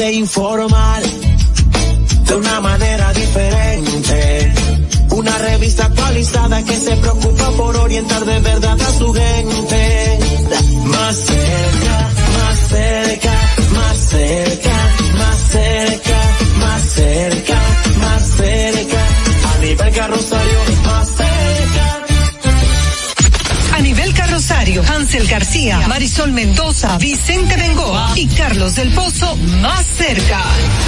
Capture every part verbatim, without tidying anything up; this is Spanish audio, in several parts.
de informar de una manera diferente. Una revista actualizada que se preocupa por orientar de verdad a su gente. Más cerca, más cerca, más cerca, más cerca, más cerca, más cerca. A nivel Carrosario, más cerca. A nivel Carrosario, Hansel García, Marisol Mendoza, Vicente Bengoa y Carlos del Pozo, más cerca.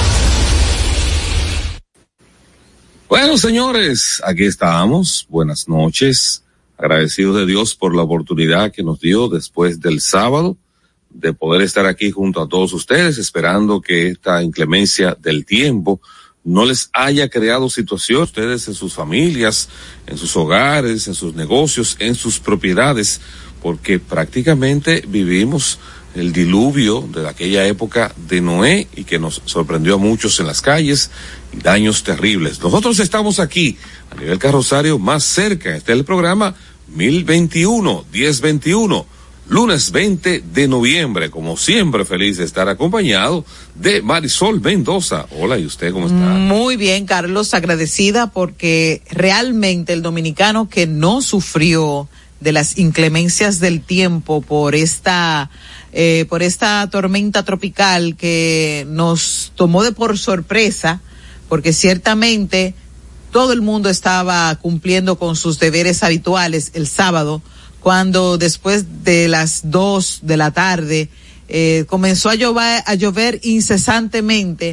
Bueno, señores, aquí estamos. Buenas noches. Agradecidos de Dios por la oportunidad que nos dio después del sábado de poder estar aquí junto a todos ustedes, esperando que esta inclemencia del tiempo no les haya creado situación ustedes en sus familias, en sus hogares, en sus negocios, en sus propiedades, porque prácticamente vivimos el diluvio de aquella época de Noé y que nos sorprendió a muchos en las calles y daños terribles. Nosotros estamos aquí a nivel Carrosario más cerca. Este es el programa mil veintiuno, diez veintiuno, lunes veinte de noviembre. Como siempre, feliz de estar acompañado de Marisol Mendoza. Hola, ¿y usted cómo está? Muy bien, Carlos, agradecida porque realmente el dominicano que no sufrió de las inclemencias del tiempo por esta eh, por esta tormenta tropical que nos tomó de por sorpresa, porque ciertamente todo el mundo estaba cumpliendo con sus deberes habituales el sábado, cuando después de las dos de la tarde eh, comenzó a llover, a llover incesantemente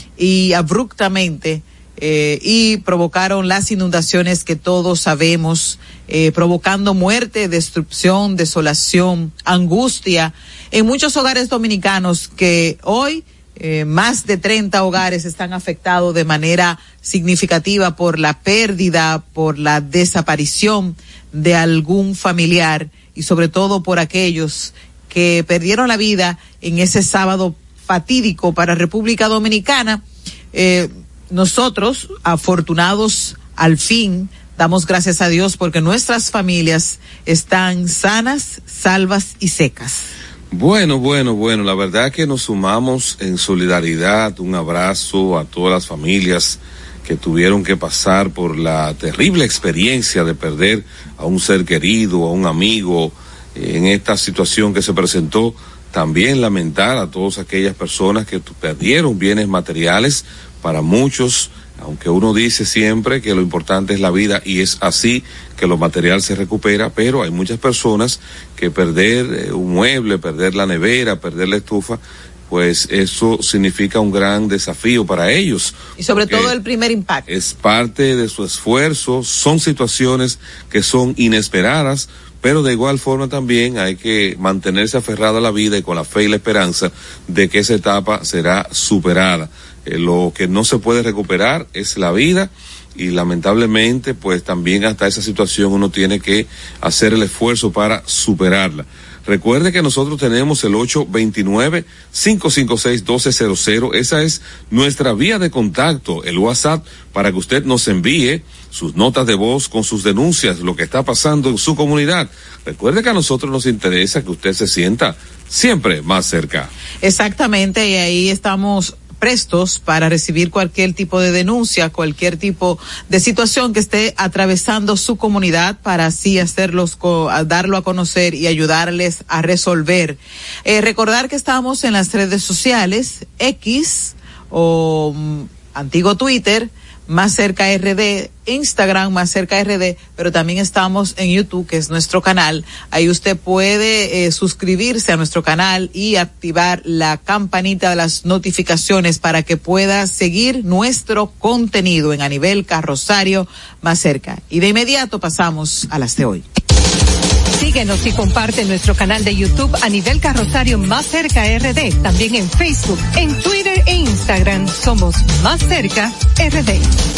y abruptamente, eh, y provocaron las inundaciones que todos sabemos, eh, provocando muerte, destrucción, desolación, angustia en muchos hogares dominicanos que hoy eh, más de treinta hogares están afectados de manera significativa por la pérdida, por la desaparición de algún familiar y sobre todo por aquellos que perdieron la vida en ese sábado fatídico para República Dominicana. Eh, nosotros, afortunados al fin, damos gracias a Dios porque nuestras familias están sanas, salvas y secas. Bueno, bueno, bueno, la verdad que nos sumamos en solidaridad, un abrazo a todas las familias que tuvieron que pasar por la terrible experiencia de perder a un ser querido, a un amigo, en esta situación que se presentó. También lamentar a todas aquellas personas que perdieron bienes materiales. Para muchos, aunque uno dice siempre que lo importante es la vida y es así, que lo material se recupera, pero hay muchas personas que perder eh, un mueble, perder la nevera, perder la estufa, pues eso significa un gran desafío para ellos. Y sobre todo el primer impacto. Es parte de su esfuerzo, son situaciones que son inesperadas, pero de igual forma también hay que mantenerse aferrado a la vida y con la fe y la esperanza de que esa etapa será superada. Eh, lo que no se puede recuperar es la vida y lamentablemente pues también hasta esa situación uno tiene que hacer el esfuerzo para superarla. Recuerde que nosotros tenemos el ocho dos nueve, cinco cinco seis, uno dos cero cero, esa es nuestra vía de contacto, el WhatsApp, para que usted nos envíe sus notas de voz con sus denuncias, lo que está pasando en su comunidad. Recuerde que a nosotros nos interesa que usted se sienta siempre más cerca. Exactamente, y ahí estamos prestos para recibir cualquier tipo de denuncia, cualquier tipo de situación que esté atravesando su comunidad, para así hacerlos, darlo a conocer y ayudarles a resolver. Eh, recordar que estamos en las redes sociales, X o um, antiguo Twitter, Más Cerca R D, Instagram Más Cerca R D, pero también estamos en YouTube, que es nuestro canal. Ahí usted puede eh, suscribirse a nuestro canal y activar la campanita de las notificaciones para que pueda seguir nuestro contenido en A Nivel Carrosario Más Cerca. Y de inmediato pasamos a las de hoy. Síguenos y comparte nuestro canal de YouTube A Nivel Carrosario Más Cerca R D. También en Facebook, en Twitter e Instagram somos Más Cerca R D.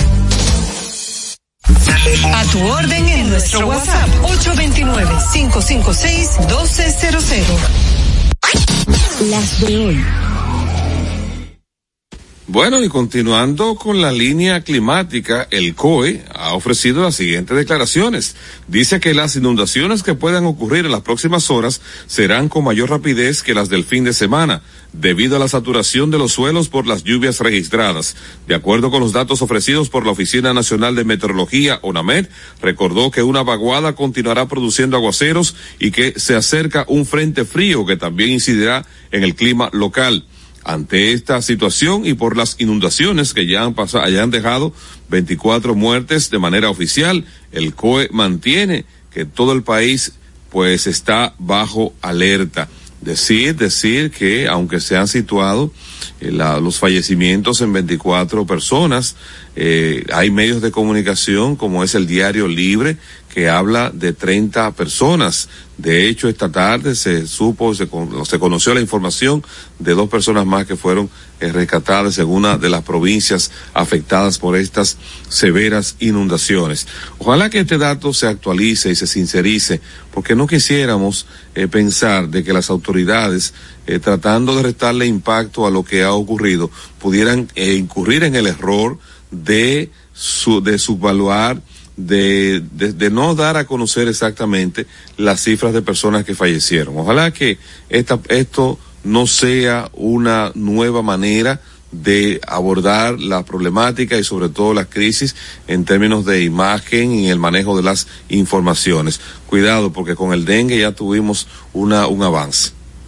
A tu orden en nuestro WhatsApp ocho dos nueve, cinco cinco seis, uno dos cero cero. Las de hoy. Bueno, y continuando con la línea climática, el C O E ha ofrecido las siguientes declaraciones. Dice que las inundaciones que puedan ocurrir en las próximas horas serán con mayor rapidez que las del fin de semana, debido a la saturación de los suelos por las lluvias registradas. De acuerdo con los datos ofrecidos por la Oficina Nacional de Meteorología, ONAMED, recordó que una vaguada continuará produciendo aguaceros y que se acerca un frente frío que también incidirá en el clima local. Ante esta situación y por las inundaciones que ya han pasado, hayan dejado veinticuatro muertes de manera oficial, el C O E mantiene que todo el país pues está bajo alerta. Decir, decir que aunque se han situado eh, la, los fallecimientos en veinticuatro personas, eh, hay medios de comunicación como es el Diario Libre que habla de treinta personas. De hecho, esta tarde se supo, se, se conoció la información de dos personas más que fueron eh, rescatadas en una de las provincias afectadas por estas severas inundaciones. Ojalá que este dato se actualice y se sincerice, porque no quisiéramos eh, pensar de que las autoridades, eh, tratando de restarle impacto a lo que ha ocurrido, pudieran eh, incurrir en el error de su, de subvaluar, De, de, de no dar a conocer exactamente las cifras de personas que fallecieron. Ojalá que esta, esto no sea una nueva manera de abordar la problemática y sobre todo las crisis en términos de imagen y el manejo de las informaciones. Cuidado, porque con el dengue ya tuvimos una, un avance.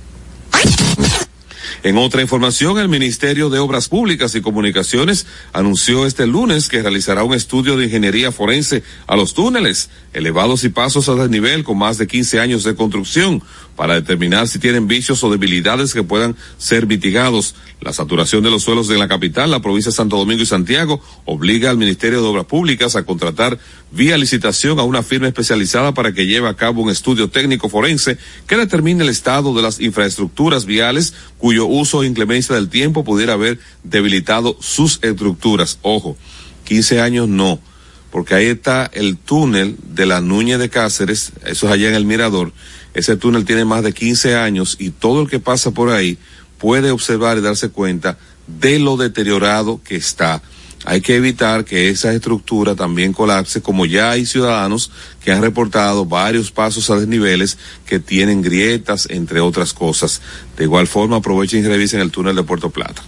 En otra información, el Ministerio de Obras Públicas y Comunicaciones anunció este lunes que realizará un estudio de ingeniería forense a los túneles, elevados y pasos a desnivel con más de quince años de construcción, para determinar si tienen vicios o debilidades que puedan ser mitigados. La saturación de los suelos de la capital, la provincia de Santo Domingo y Santiago obliga al Ministerio de Obras Públicas a contratar vía licitación a una firma especializada para que lleve a cabo un estudio técnico forense que determine el estado de las infraestructuras viales cuyo uso o inclemencia del tiempo pudiera haber debilitado sus estructuras. Ojo, quince años no, porque ahí está el túnel de la Núñez de Cáceres, eso es allá en el Mirador. Ese túnel tiene más de quince años y todo el que pasa por ahí puede observar y darse cuenta de lo deteriorado que está. Hay que evitar que esa estructura también colapse, como ya hay ciudadanos que han reportado varios pasos a desniveles que tienen grietas, entre otras cosas. De igual forma, aprovechen y revisen el túnel de Puerto Plata.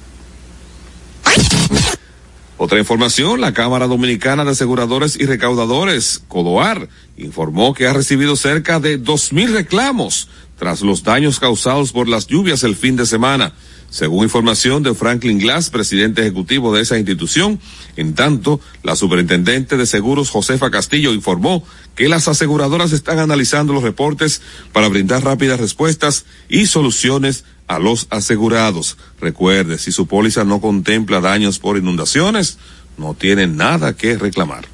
Otra información, la Cámara Dominicana de Aseguradores y Recaudadores, CODOAR, informó que ha recibido cerca de dos mil reclamos tras los daños causados por las lluvias el fin de semana. Según información de Franklin Glass, presidente ejecutivo de esa institución, en tanto, la superintendente de seguros Josefa Castillo informó que las aseguradoras están analizando los reportes para brindar rápidas respuestas y soluciones a los asegurados. Recuerde, si su póliza no contempla daños por inundaciones, no tiene nada que reclamar.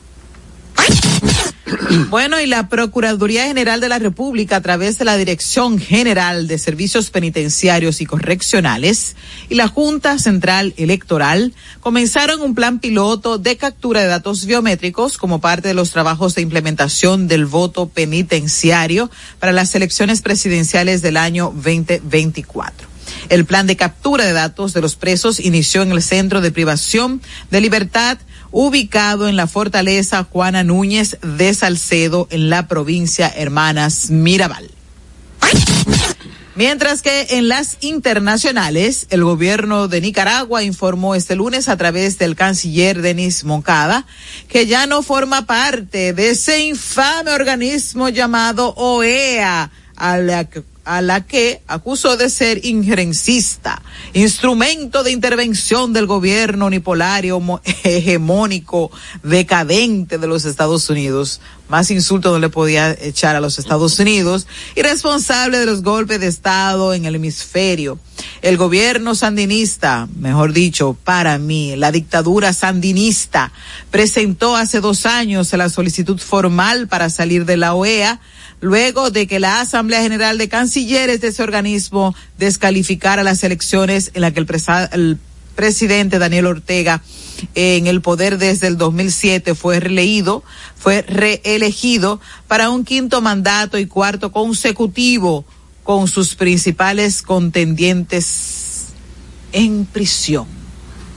Bueno, y la Procuraduría General de la República, a través de la Dirección General de Servicios Penitenciarios y Correccionales y la Junta Central Electoral, comenzaron un plan piloto de captura de datos biométricos como parte de los trabajos de implementación del voto penitenciario para las elecciones presidenciales del año veinte veinticuatro. El plan de captura de datos de los presos inició en el Centro de Privación de Libertad, ubicado en la Fortaleza Juana Núñez de Salcedo, en la provincia Hermanas Mirabal. Mientras que en las internacionales, el gobierno de Nicaragua informó este lunes a través del canciller Denis Moncada que ya no forma parte de ese infame organismo llamado O E A, a la que a la que acusó de ser injerencista, instrumento de intervención del gobierno unipolario, hegemónico, decadente de los Estados Unidos. Más insulto no le podía echar a los Estados Unidos, y responsable de los golpes de Estado en el hemisferio. El gobierno sandinista, mejor dicho, para mí, la dictadura sandinista, presentó hace dos años la solicitud formal para salir de la O E A, luego de que la Asamblea General de Cancilleres de ese organismo descalificara las elecciones en las que el, presa, el presidente Daniel Ortega, eh, en el poder desde el dos mil siete, fue reelegido, fue reelegido para un quinto mandato y cuarto consecutivo, con sus principales contendientes en prisión.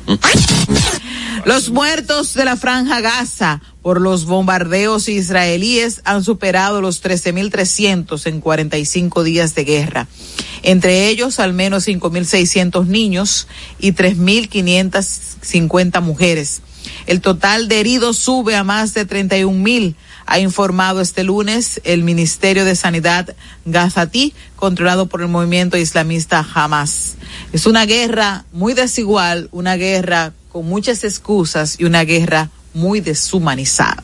Los muertos de la Franja Gaza por los bombardeos israelíes han superado los trece mil trescientos en cuarenta y cinco días de guerra. Entre ellos, al menos cinco mil seiscientos niños y tres mil quinientas cincuenta mujeres. El total de heridos sube a más de treinta y un mil, ha informado este lunes el Ministerio de Sanidad gazatí, controlado por el movimiento islamista Hamas. Es una guerra muy desigual, una guerra con muchas excusas y una guerra muy deshumanizada.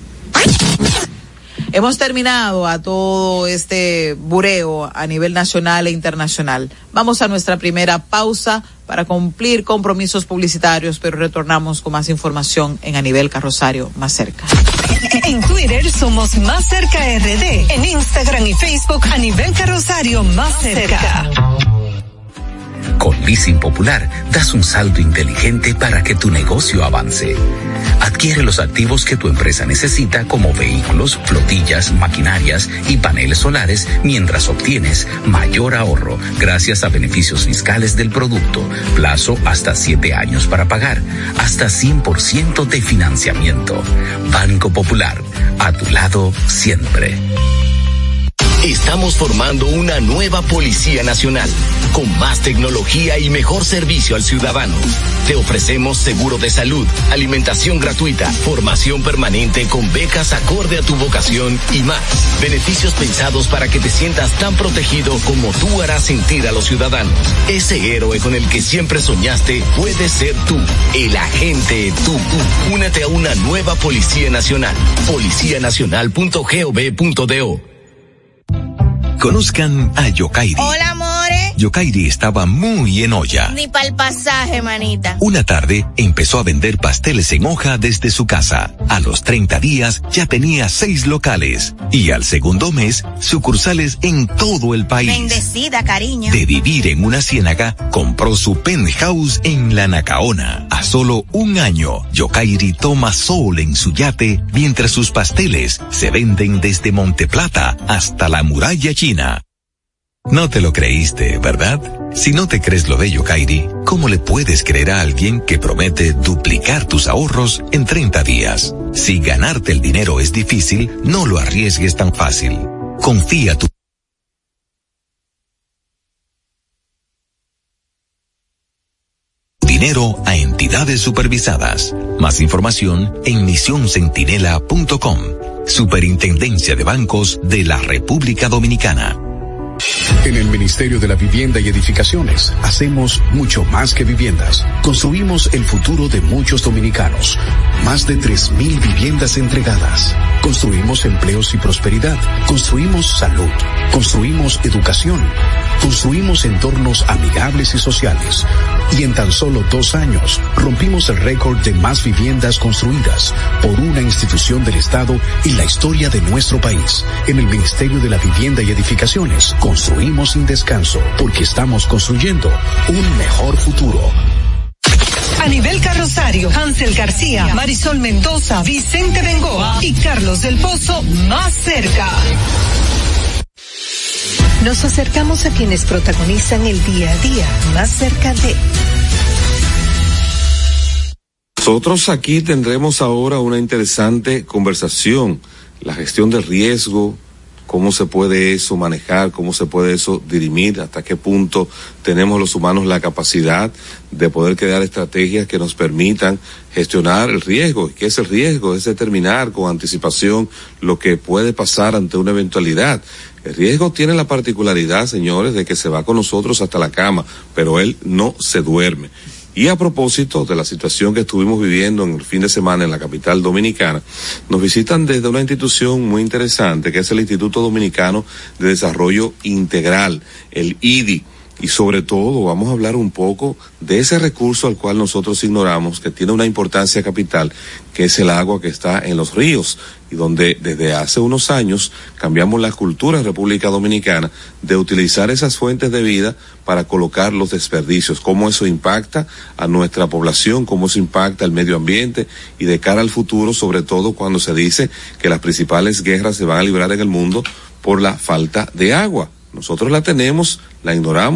Hemos terminado a todo este bureo a nivel nacional e internacional. Vamos a nuestra primera pausa para cumplir compromisos publicitarios, pero retornamos con más información en A Nivel Carrosario Más Cerca. En Twitter somos Más Cerca R D, en Instagram y Facebook A Nivel Carrosario Más Cerca. Con Leasing Popular das un salto inteligente para que tu negocio avance. Adquiere los activos que tu empresa necesita como vehículos, flotillas, maquinarias y paneles solares mientras obtienes mayor ahorro gracias a beneficios fiscales del producto, plazo hasta siete años para pagar, hasta cien por ciento de financiamiento. Banco Popular, a tu lado siempre. Estamos formando una nueva Policía Nacional, con más tecnología y mejor servicio al ciudadano. Te ofrecemos seguro de salud, alimentación gratuita, formación permanente con becas acorde a tu vocación y más. Beneficios pensados para que te sientas tan protegido como tú harás sentir a los ciudadanos. Ese héroe con el que siempre soñaste puede ser tú, el agente tú. Únete a una nueva Policía Nacional. policía nacional punto gov punto do. Conozcan a Yokairi. Hola, amores. Yokairi estaba muy en olla. Ni pa'l pasaje, manita. Una tarde empezó a vender pasteles en hoja desde su casa. A los treinta días ya tenía seis locales. Y al segundo mes, sucursales en todo el país. Bendecida, cariño. De vivir en una ciénaga, compró su penthouse en la Nacaona. A solo un año, Yokairi toma sol en su yate, mientras sus pasteles se venden desde Monteplata hasta la Muralla China. No te lo creíste, ¿verdad? Si no te crees lo de Yokairi, ¿cómo le puedes creer a alguien que promete duplicar tus ahorros en treinta días? Si ganarte el dinero es difícil, no lo arriesgues tan fácil. Confía tu dinero a entidades supervisadas. Más información en misión centinela punto com. Superintendencia de Bancos de la República Dominicana. En el Ministerio de la Vivienda y Edificaciones hacemos mucho más que viviendas. Construimos el futuro de muchos dominicanos. Más de tres mil viviendas entregadas. Construimos empleos y prosperidad. Construimos salud. Construimos educación. Construimos entornos amigables y sociales. Y en tan solo dos años rompimos el récord de más viviendas construidas por una institución del Estado en la historia de nuestro país. En el Ministerio de la Vivienda y Edificaciones construimos sin descanso, porque estamos construyendo un mejor futuro. A Nivel Carrosario, Hansel García, Marisol Mendoza, Vicente Bengoa y Carlos del Pozo Más Cerca. Nos acercamos a quienes protagonizan el día a día, más cerca de... Nosotros aquí tendremos ahora una interesante conversación, la gestión del riesgo, cómo se puede eso manejar, cómo se puede eso dirimir, hasta qué punto tenemos los humanos la capacidad de poder crear estrategias que nos permitan gestionar el riesgo. ¿Qué es el riesgo? Es determinar con anticipación lo que puede pasar ante una eventualidad. El riesgo tiene la particularidad, señores, de que se va con nosotros hasta la cama, pero él no se duerme. Y a propósito de la situación que estuvimos viviendo en el fin de semana en la capital dominicana, nos visitan desde una institución muy interesante que es el Instituto Dominicano de Desarrollo Integral, el I D I. Y sobre todo vamos a hablar un poco de ese recurso al cual nosotros ignoramos, que tiene una importancia capital, que es el agua que está en los ríos, y donde desde hace unos años cambiamos la cultura en República Dominicana de utilizar esas fuentes de vida para colocar los desperdicios, cómo eso impacta a nuestra población, cómo eso impacta al medio ambiente y de cara al futuro, sobre todo cuando se dice que las principales guerras se van a librar en el mundo por la falta de agua. Nosotros la tenemos, la ignoramos,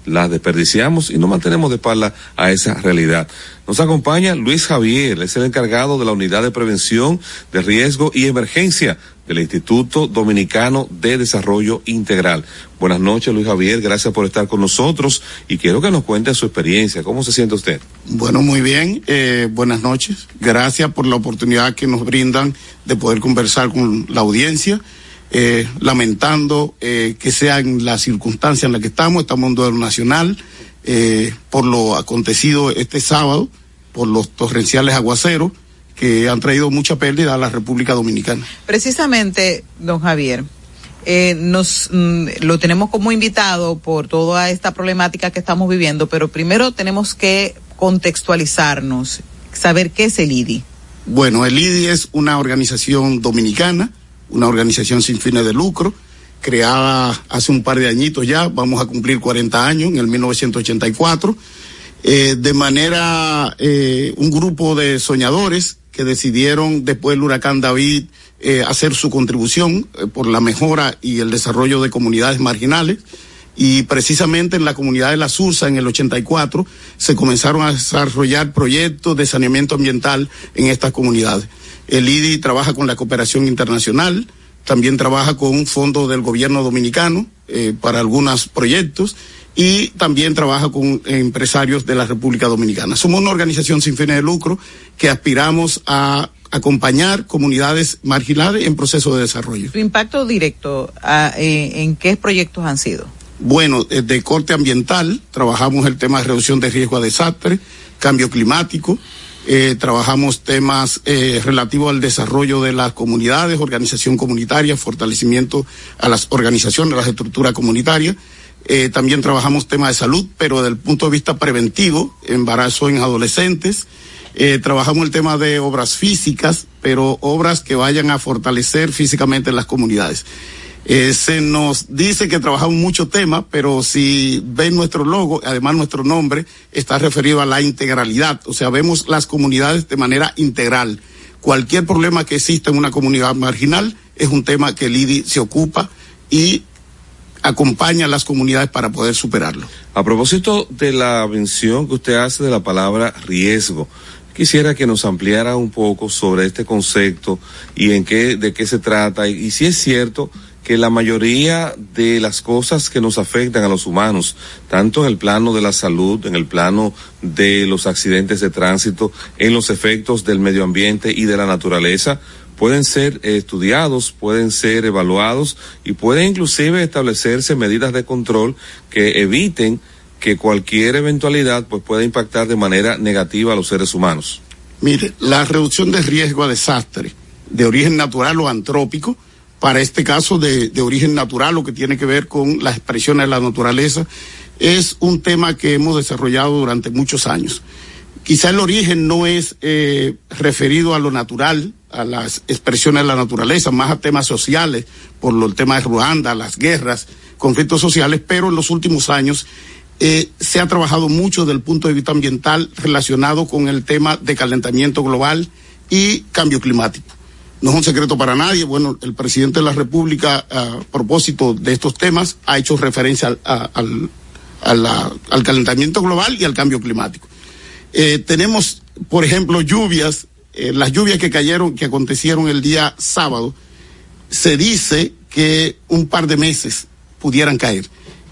las desperdiciamos y nos mantenemos de espalda a esa realidad. Nos acompaña Luis Javier, es el encargado de la Unidad de Prevención de Riesgo y Emergencia del Instituto Dominicano de Desarrollo Integral. Buenas noches, Luis Javier, gracias por estar con nosotros y quiero que nos cuente su experiencia. ¿Cómo se siente usted? Bueno, muy bien, eh, buenas noches. Gracias por la oportunidad que nos brindan de poder conversar con la audiencia. Eh, lamentando eh, que sea en la circunstancia en la que estamos, estamos en duelo nacional, eh, por lo acontecido este sábado, por los torrenciales aguaceros que han traído mucha pérdida a la República Dominicana. Precisamente, don Javier, eh, nos mm, lo tenemos como invitado por toda esta problemática que estamos viviendo, pero primero tenemos que contextualizarnos, saber qué es el I D I. Bueno, el I D I es una organización dominicana, una organización sin fines de lucro, creada hace un par de añitos ya, vamos a cumplir cuarenta años, en el mil novecientos ochenta y cuatro, eh, de manera, eh, un grupo de soñadores que decidieron después del huracán David eh, hacer su contribución eh, por la mejora y el desarrollo de comunidades marginales, y precisamente en la comunidad de La Sursa en el ochenta y cuatro se comenzaron a desarrollar proyectos de saneamiento ambiental en estas comunidades. El I D I trabaja con la cooperación internacional, también trabaja con un fondo del gobierno dominicano eh, para algunos proyectos y también trabaja con empresarios de la República Dominicana. Somos una organización sin fines de lucro que aspiramos a acompañar comunidades marginales en proceso de desarrollo. ¿Su impacto directo a, eh, en qué proyectos han sido? Bueno, de corte ambiental, trabajamos el tema de reducción de riesgo a desastre, cambio climático, eh, trabajamos temas eh, relativos al desarrollo de las comunidades, organización comunitaria, fortalecimiento a las organizaciones, a las estructuras comunitarias. Eh, también trabajamos temas de salud, pero desde el punto de vista preventivo, embarazo en adolescentes. Eh, trabajamos el tema de obras físicas, pero obras que vayan a fortalecer físicamente las comunidades. Eh, se nos dice que trabajamos muchos temas, pero si ven nuestro logo, además nuestro nombre está referido a la integralidad, o sea, vemos las comunidades de manera integral. Cualquier problema que exista en una comunidad marginal es un tema que el I D I se ocupa y acompaña a las comunidades para poder superarlo. A propósito de la mención que usted hace de la palabra riesgo, quisiera que nos ampliara un poco sobre este concepto y en qué, de qué se trata, y, y si es cierto que la mayoría de las cosas que nos afectan a los humanos, tanto en el plano de la salud, en el plano de los accidentes de tránsito, en los efectos del medio ambiente y de la naturaleza, pueden ser eh, estudiados, pueden ser evaluados y pueden inclusive establecerse medidas de control que eviten que cualquier eventualidad pues pueda impactar de manera negativa a los seres humanos. Mire, la reducción de riesgo a desastre de origen natural o antrópico, para este caso de, de origen natural, lo que tiene que ver con las expresiones de la naturaleza, es un tema que hemos desarrollado durante muchos años. Quizá el origen no es eh, referido a lo natural, a las expresiones de la naturaleza, más a temas sociales, por lo, el tema de Ruanda, las guerras, conflictos sociales, pero en los últimos años eh, se ha trabajado mucho desde el punto de vista ambiental relacionado con el tema de calentamiento global y cambio climático. No es un secreto para nadie, bueno, el presidente de la República, a propósito de estos temas, ha hecho referencia al, a, al, a la, al calentamiento global y al cambio climático. Eh, tenemos, por ejemplo, lluvias, eh, las lluvias que cayeron, que acontecieron el día sábado, se dice que un par de meses pudieran caer.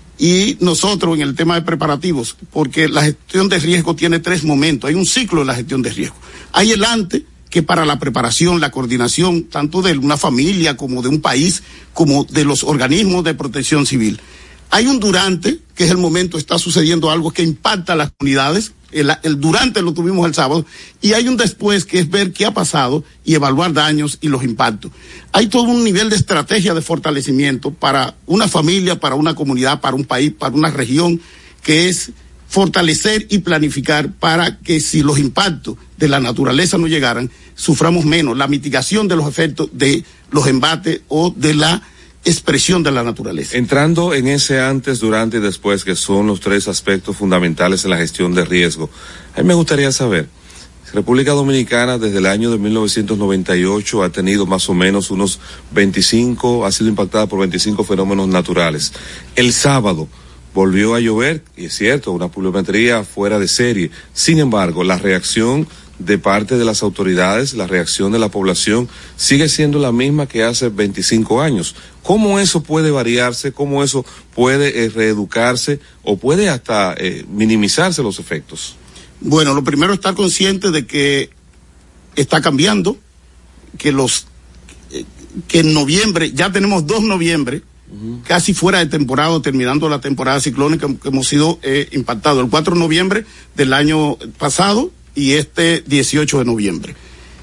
Y nosotros en el tema de preparativos, porque la gestión de riesgo tiene tres momentos, hay un ciclo de la gestión de riesgo. Hay el antes, que para la preparación, la coordinación, tanto de una familia como de un país, como de los organismos de protección civil. Hay un durante, que es el momento, está sucediendo algo que impacta a las comunidades, el, el durante lo tuvimos el sábado, y hay un después, que es ver qué ha pasado y evaluar daños y los impactos. Hay todo un nivel de estrategia de fortalecimiento para una familia, para una comunidad, para un país, para una región, que es fortalecer y planificar para que si los impactos de la naturaleza no llegaran, suframos menos, la mitigación de los efectos de los embates o de la expresión de la naturaleza. Entrando en ese antes, durante y después, que son los tres aspectos fundamentales en la gestión de riesgo, a mí me gustaría saber, República Dominicana desde el año de mil novecientos noventa y ocho ha tenido más o menos unos veinticinco, ha sido impactada por veinticinco fenómenos naturales. El sábado, volvió a llover, y es cierto, una pluviometría fuera de serie. Sin embargo, la reacción de parte de las autoridades, la reacción de la población sigue siendo la misma que hace veinticinco años. ¿Cómo eso puede variarse? ¿Cómo eso puede eh, reeducarse o puede hasta eh, minimizarse los efectos? Bueno, lo primero es estar consciente de que está cambiando, que los eh, que en noviembre, ya tenemos dos noviembre, uh-huh. casi fuera de temporada, terminando la temporada ciclónica, que hemos sido eh, impactados. El cuatro de noviembre del año pasado y este dieciocho de noviembre.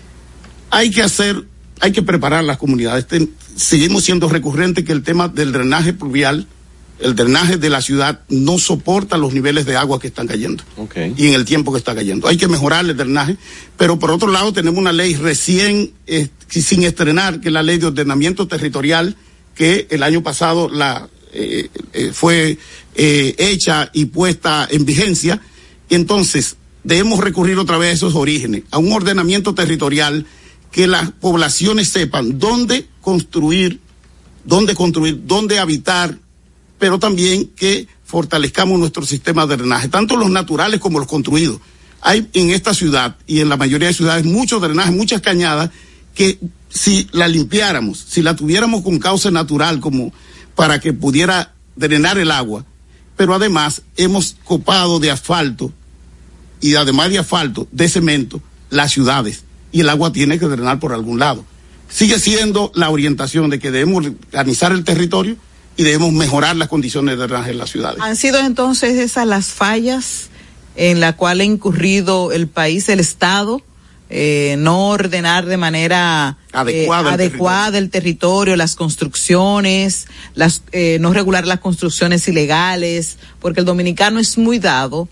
Hay que hacer, hay que preparar las comunidades. Ten, seguimos siendo recurrente que el tema del drenaje pluvial, el drenaje de la ciudad no soporta los niveles de agua que están cayendo. Okay. Y en el tiempo que está cayendo. Hay que mejorar el drenaje, pero por otro lado tenemos una ley recién, eh, sin estrenar, que es la ley de ordenamiento territorial, que el año pasado la eh, eh, fue eh, hecha y puesta en vigencia. Entonces, debemos recurrir otra vez a esos orígenes, a un ordenamiento territorial que las poblaciones sepan dónde construir, dónde construir, dónde habitar, pero también que fortalezcamos nuestro sistema de drenaje, tanto los naturales como los construidos. Hay en esta ciudad y en la mayoría de ciudades muchos drenajes, muchas cañadas que si la limpiáramos, si la tuviéramos con cauce natural como para que pudiera drenar el agua, pero además hemos copado de asfalto y además de asfalto, de cemento, las ciudades, y el agua tiene que drenar por algún lado. Sigue siendo la orientación de que debemos organizar el territorio y debemos mejorar las condiciones de drenaje en las ciudades. ¿Han sido entonces esas las fallas en la cual ha incurrido el país, el Estado, eh, no ordenar de manera adecuada, eh, el, adecuada territorio. el territorio, las construcciones, las eh, no regular las construcciones ilegales, porque el dominicano es muy dado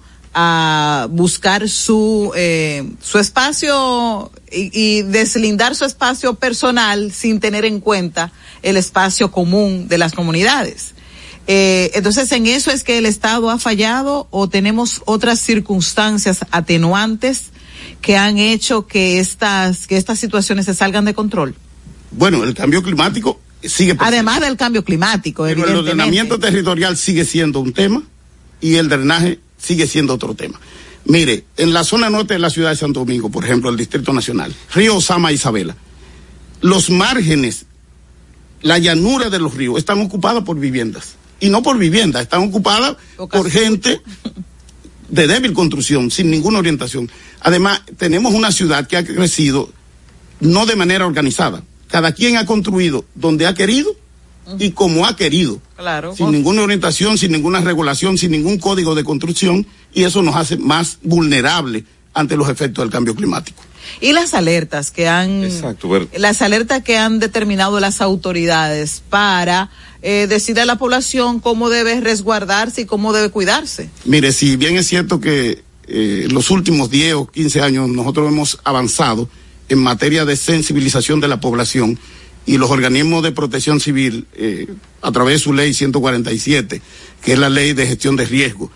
a buscar su eh, su espacio y, y deslindar su espacio personal sin tener en cuenta el espacio común de las comunidades. Eh, entonces, ¿en eso es que el Estado ha fallado o tenemos otras circunstancias atenuantes que han hecho que estas que estas situaciones se salgan de control? Bueno, el cambio climático sigue presente. Además del cambio climático, pero el ordenamiento territorial sigue siendo un tema y el drenaje sigue siendo otro tema. Mire, en la zona norte de la ciudad de Santo Domingo, por ejemplo, el Distrito Nacional, Río Osama, Isabela, los márgenes, la llanura de los ríos están ocupadas por viviendas. Y no por viviendas, están ocupadas por gente de débil construcción, sin ninguna orientación. Además, tenemos una ciudad que ha crecido no de manera organizada. Cada quien ha construido donde ha querido y como ha querido. Claro. Sin ninguna orientación, sin ninguna regulación, sin ningún código de construcción, y eso nos hace más vulnerables ante los efectos del cambio climático. Y las alertas que han, Exacto, ver. las alertas que han determinado las autoridades para eh, decirle a la población cómo debe resguardarse y cómo debe cuidarse. Mire, si bien es cierto que eh, en los últimos diez o quince años nosotros hemos avanzado en materia de sensibilización de la población, y los organismos de protección civil, eh, a través de su ley ciento cuarenta y siete, que es la ley de gestión de riesgo,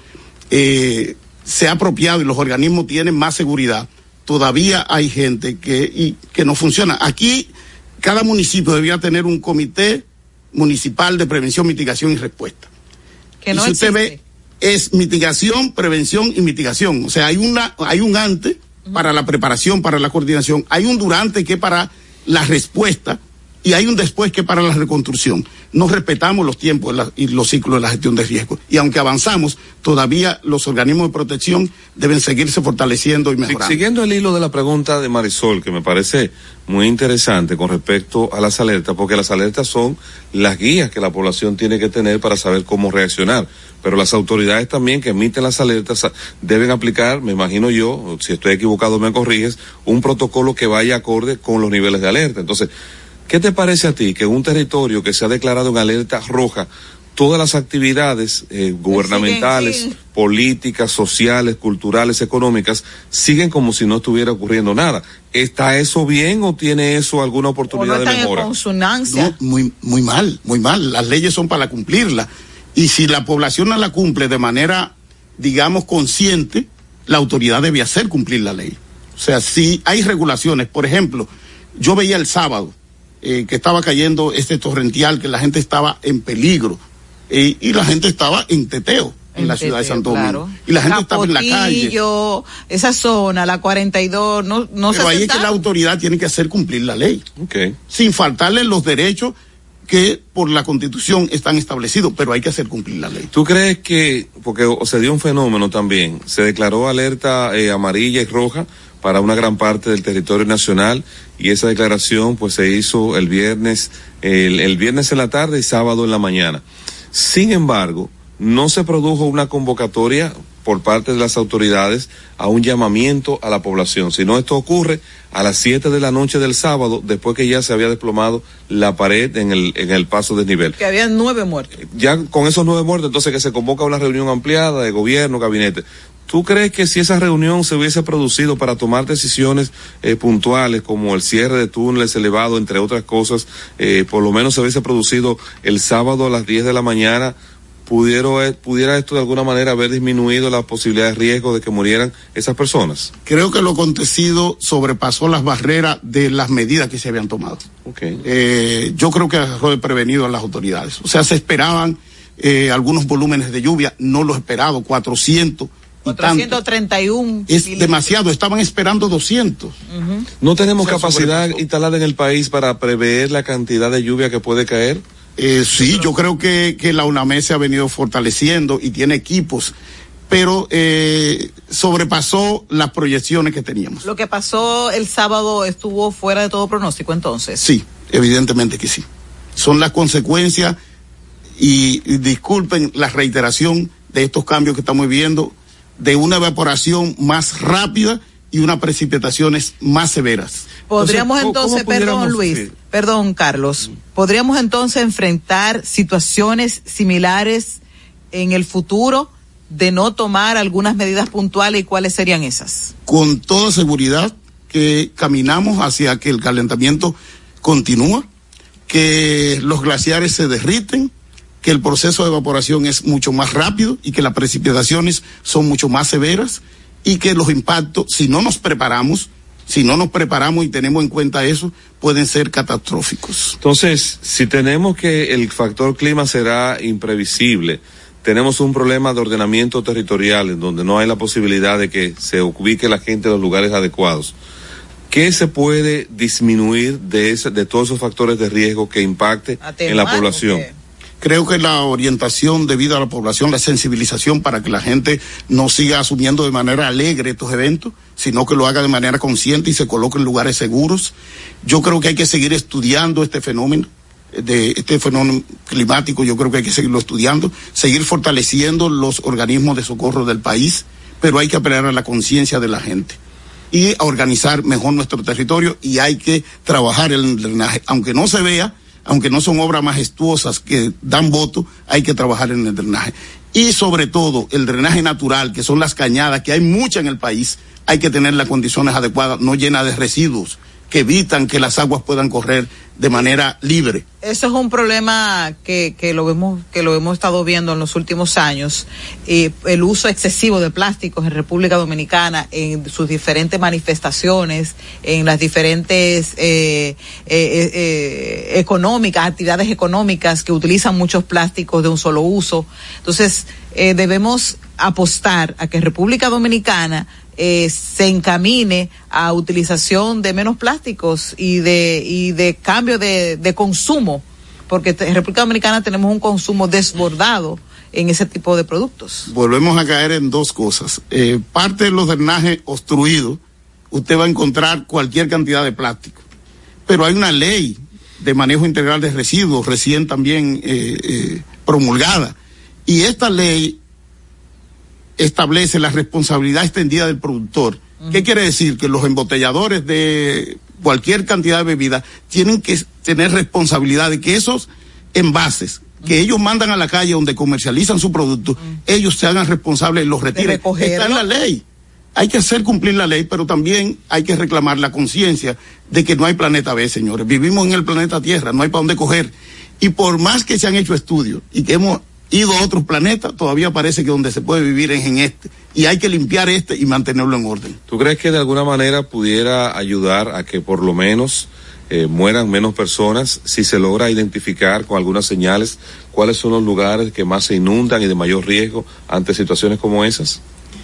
eh, se ha apropiado y los organismos tienen más seguridad. Todavía hay gente que, y, que no funciona. Aquí, cada municipio debería tener un comité municipal de prevención, mitigación y respuesta. Que no y si existe. usted ve, es mitigación, prevención y mitigación. O sea, hay una, hay un antes uh-huh. para la preparación, para la coordinación, hay un durante que es para la respuesta, y hay un después que para la reconstrucción. No respetamos los tiempos la, y los ciclos de la gestión de riesgo. Y aunque avanzamos, todavía los organismos de protección deben seguirse fortaleciendo y mejorando. Sí, siguiendo el hilo de la pregunta de Marisol, que me parece muy interesante con respecto a las alertas, porque las alertas son las guías que la población tiene que tener para saber cómo reaccionar. Pero las autoridades también que emiten las alertas deben aplicar, me imagino yo, si estoy equivocado me corriges, un protocolo que vaya acorde con los niveles de alerta. Entonces, ¿qué te parece a ti que un territorio que se ha declarado en alerta roja, todas las actividades eh, gubernamentales, siguen, sí. políticas, sociales, culturales, económicas, siguen como si no estuviera ocurriendo nada? ¿Está eso bien o tiene eso alguna oportunidad no de mejora? En consonancia. No, muy, muy mal, muy mal. Las leyes son para cumplirlas. Y si la población no la cumple de manera, digamos, consciente, la autoridad debe hacer cumplir la ley. O sea, si hay regulaciones, por ejemplo, yo veía el sábado, Eh, que estaba cayendo este torrencial, que la gente estaba en peligro, y, y la gente estaba en teteo en, en la teteo, ciudad de Santo Domingo. Claro. Y la gente Capotillo, estaba en la calle. Esa zona, la cuarenta y dos, no, no Pero se ahí sentaron. es que la autoridad tiene que hacer cumplir la ley. Okay. Sin faltarle los derechos que por la Constitución están establecidos, pero hay que hacer cumplir la ley. ¿Tú crees que, porque se dio un fenómeno también, se declaró alerta eh, amarilla y roja para una gran parte del territorio nacional, y esa declaración pues se hizo el viernes, el, el viernes en la tarde y sábado en la mañana? Sin embargo, no se produjo una convocatoria por parte de las autoridades a un llamamiento a la población, sino esto ocurre a las siete de la noche del sábado, después que ya se había desplomado la pared en el en el paso desnivel. Que había nueve muertos. Ya con esos nueve muertos, entonces que se convoca una reunión ampliada de gobierno, gabinete. ¿Tú crees que si esa reunión se hubiese producido para tomar decisiones eh, puntuales, como el cierre de túneles elevados, entre otras cosas, eh, por lo menos se hubiese producido el sábado a las diez de la mañana, Pudiera, pudiera esto de alguna manera haber disminuido la posibilidad de riesgo de que murieran esas personas? Creo que lo acontecido sobrepasó las barreras de las medidas que se habían tomado. Okay. Eh, yo creo que dejó de prevenido a las autoridades. O sea, se esperaban eh, algunos volúmenes de lluvia, no los esperados, cuatrocientos. cuatrocientos treinta y uno. Es demasiado, estaban esperando doscientos. Uh-huh. ¿No tenemos o sea, capacidad sobrepasó. instalada en el país para prever la cantidad de lluvia que puede caer? Eh, sí, yo creo que, que la UNAMED se ha venido fortaleciendo y tiene equipos, pero eh, sobrepasó las proyecciones que teníamos. Lo que pasó el sábado estuvo fuera de todo pronóstico, entonces. Sí, evidentemente que sí. Son las consecuencias y, y disculpen la reiteración de estos cambios que estamos viendo, de una evaporación más rápida y unas precipitaciones más severas. Podríamos entonces, entonces perdón Luis, sí. perdón Carlos, podríamos entonces enfrentar situaciones similares en el futuro de no tomar algunas medidas puntuales, ¿y cuáles serían esas? Con toda seguridad que caminamos hacia que el calentamiento continúa, que los glaciares se derriten, que el proceso de evaporación es mucho más rápido y que las precipitaciones son mucho más severas, y que los impactos, si no nos preparamos, si no nos preparamos y tenemos en cuenta eso, pueden ser catastróficos. Entonces, si tenemos que el factor clima será imprevisible, tenemos un problema de ordenamiento territorial en donde no hay la posibilidad de que se ubique la gente en los lugares adecuados, ¿qué se puede disminuir de ese, de todos esos factores de riesgo que impacte Atenuar, en la población? Okay. Creo que la orientación debido a la población, la sensibilización para que la gente no siga asumiendo de manera alegre estos eventos, sino que lo haga de manera consciente y se coloque en lugares seguros. Yo creo que hay que seguir estudiando este fenómeno, de este fenómeno climático. Yo creo que hay que seguirlo estudiando, seguir fortaleciendo los organismos de socorro del país, pero hay que apelar a la conciencia de la gente y a organizar mejor nuestro territorio, y hay que trabajar en el drenaje, aunque no se vea. Aunque no son obras majestuosas que dan voto, hay que trabajar en el drenaje. Y sobre todo, el drenaje natural, que son las cañadas, que hay muchas en el país, hay que tener las condiciones adecuadas, no llenas de residuos, que evitan que las aguas puedan correr de manera libre. Eso es un problema que, que lo vemos, que lo hemos estado viendo en los últimos años, eh, el uso excesivo de plásticos en República Dominicana, en sus diferentes manifestaciones, en las diferentes eh, eh, eh, económicas, actividades económicas que utilizan muchos plásticos de un solo uso. Entonces, eh, debemos apostar a que República Dominicana Eh, se encamine a utilización de menos plásticos y de y de cambio de, de consumo, porque en República Dominicana tenemos un consumo desbordado en ese tipo de productos. Volvemos a caer en dos cosas. Eh, parte de los drenajes obstruidos, usted va a encontrar cualquier cantidad de plástico, pero hay una ley de manejo integral de residuos recién también eh, eh, promulgada, y esta ley establece la responsabilidad extendida del productor. Uh-huh. ¿Qué quiere decir? Que los embotelladores de cualquier cantidad de bebida tienen que tener responsabilidad de que esos envases uh-huh. que ellos mandan a la calle donde comercializan su producto, uh-huh. ellos se hagan responsables y los retiren. Está en la ley. Hay que hacer cumplir la ley, pero también hay que reclamar la conciencia de que no hay planeta B, señores. Vivimos en el planeta Tierra, no hay para dónde coger. Y por más que se han hecho estudios y que hemos ido a otros planetas, todavía parece que donde se puede vivir es en este, y hay que limpiar este y mantenerlo en orden. ¿Tú crees que de alguna manera pudiera ayudar a que por lo menos eh, mueran menos personas, si se logra identificar con algunas señales cuáles son los lugares que más se inundan y de mayor riesgo ante situaciones como esas?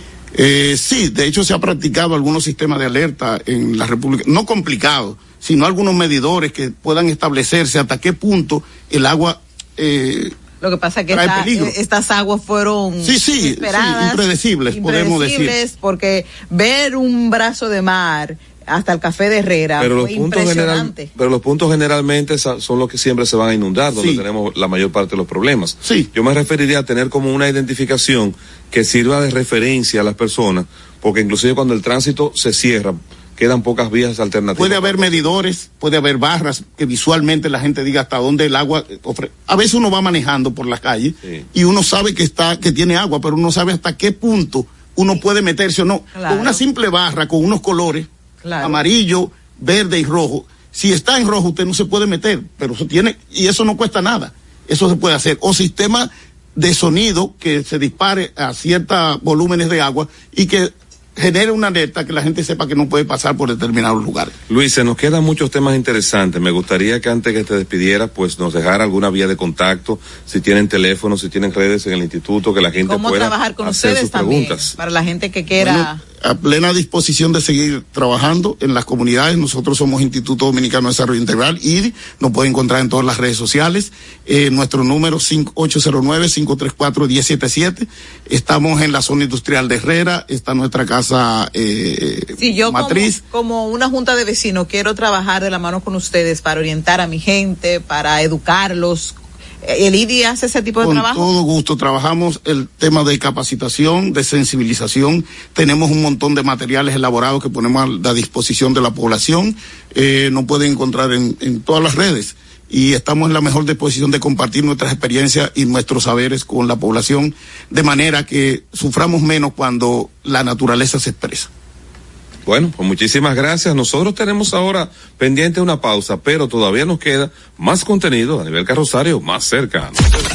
Eh, sí, de hecho se ha practicado algunos sistemas de alerta en la República, no complicados, sino algunos medidores que puedan establecerse hasta qué punto el agua eh, Lo que pasa es que esta, estas aguas fueron sí, sí, esperadas, sí, impredecibles, podemos decir. Porque ver un brazo de mar hasta el Café de Herrera pero fue los puntos impresionante. General, pero los puntos generalmente son los que siempre se van a inundar, donde sí. tenemos la mayor parte de los problemas. Sí. Yo me referiría a tener como una identificación que sirva de referencia a las personas, porque inclusive cuando el tránsito se cierra, quedan pocas vías alternativas. Puede haber medidores, puede haber barras que visualmente la gente diga hasta dónde el agua ofrece. A veces uno va manejando por la calle sí. y uno sabe que está, que tiene agua, pero uno sabe hasta qué punto uno puede meterse o no. Claro. Con una simple barra, con unos colores, claro. amarillo, verde y rojo. Si está en rojo usted no se puede meter, pero eso tiene, y eso no cuesta nada. Eso se puede hacer. O sistema de sonido que se dispare a ciertos volúmenes de agua y que genere una alerta que la gente sepa que no puede pasar por determinados lugares. Luis, se nos quedan muchos temas interesantes. Me gustaría que antes que te despidieras, pues nos dejara alguna vía de contacto, si tienen teléfono, si tienen redes en el instituto, que la gente ¿Cómo pueda trabajar con hacer ustedes sus también, preguntas. Para la gente que quiera... Bueno, a plena disposición de seguir trabajando en las comunidades. Nosotros somos Instituto Dominicano de Desarrollo Integral, I D I, nos pueden encontrar en todas las redes sociales. Eh, nuestro número ocho cero nueve, cinco tres cuatro, uno cero siete siete. Estamos en la zona industrial de Herrera, está nuestra casa eh, sí, yo matriz. Como, como una junta de vecinos quiero trabajar de la mano con ustedes para orientar a mi gente, para educarlos. ¿El I D I hace ese tipo de Con trabajo? Con todo gusto, trabajamos el tema de capacitación, de sensibilización, tenemos un montón de materiales elaborados que ponemos a la disposición de la población, eh, nos pueden encontrar en, en todas las redes y estamos en la mejor disposición de compartir nuestras experiencias y nuestros saberes con la población, de manera que suframos menos cuando la naturaleza se expresa. Bueno, pues muchísimas gracias. Nosotros tenemos ahora pendiente una pausa, pero todavía nos queda más contenido a nivel Carrosario más cerca.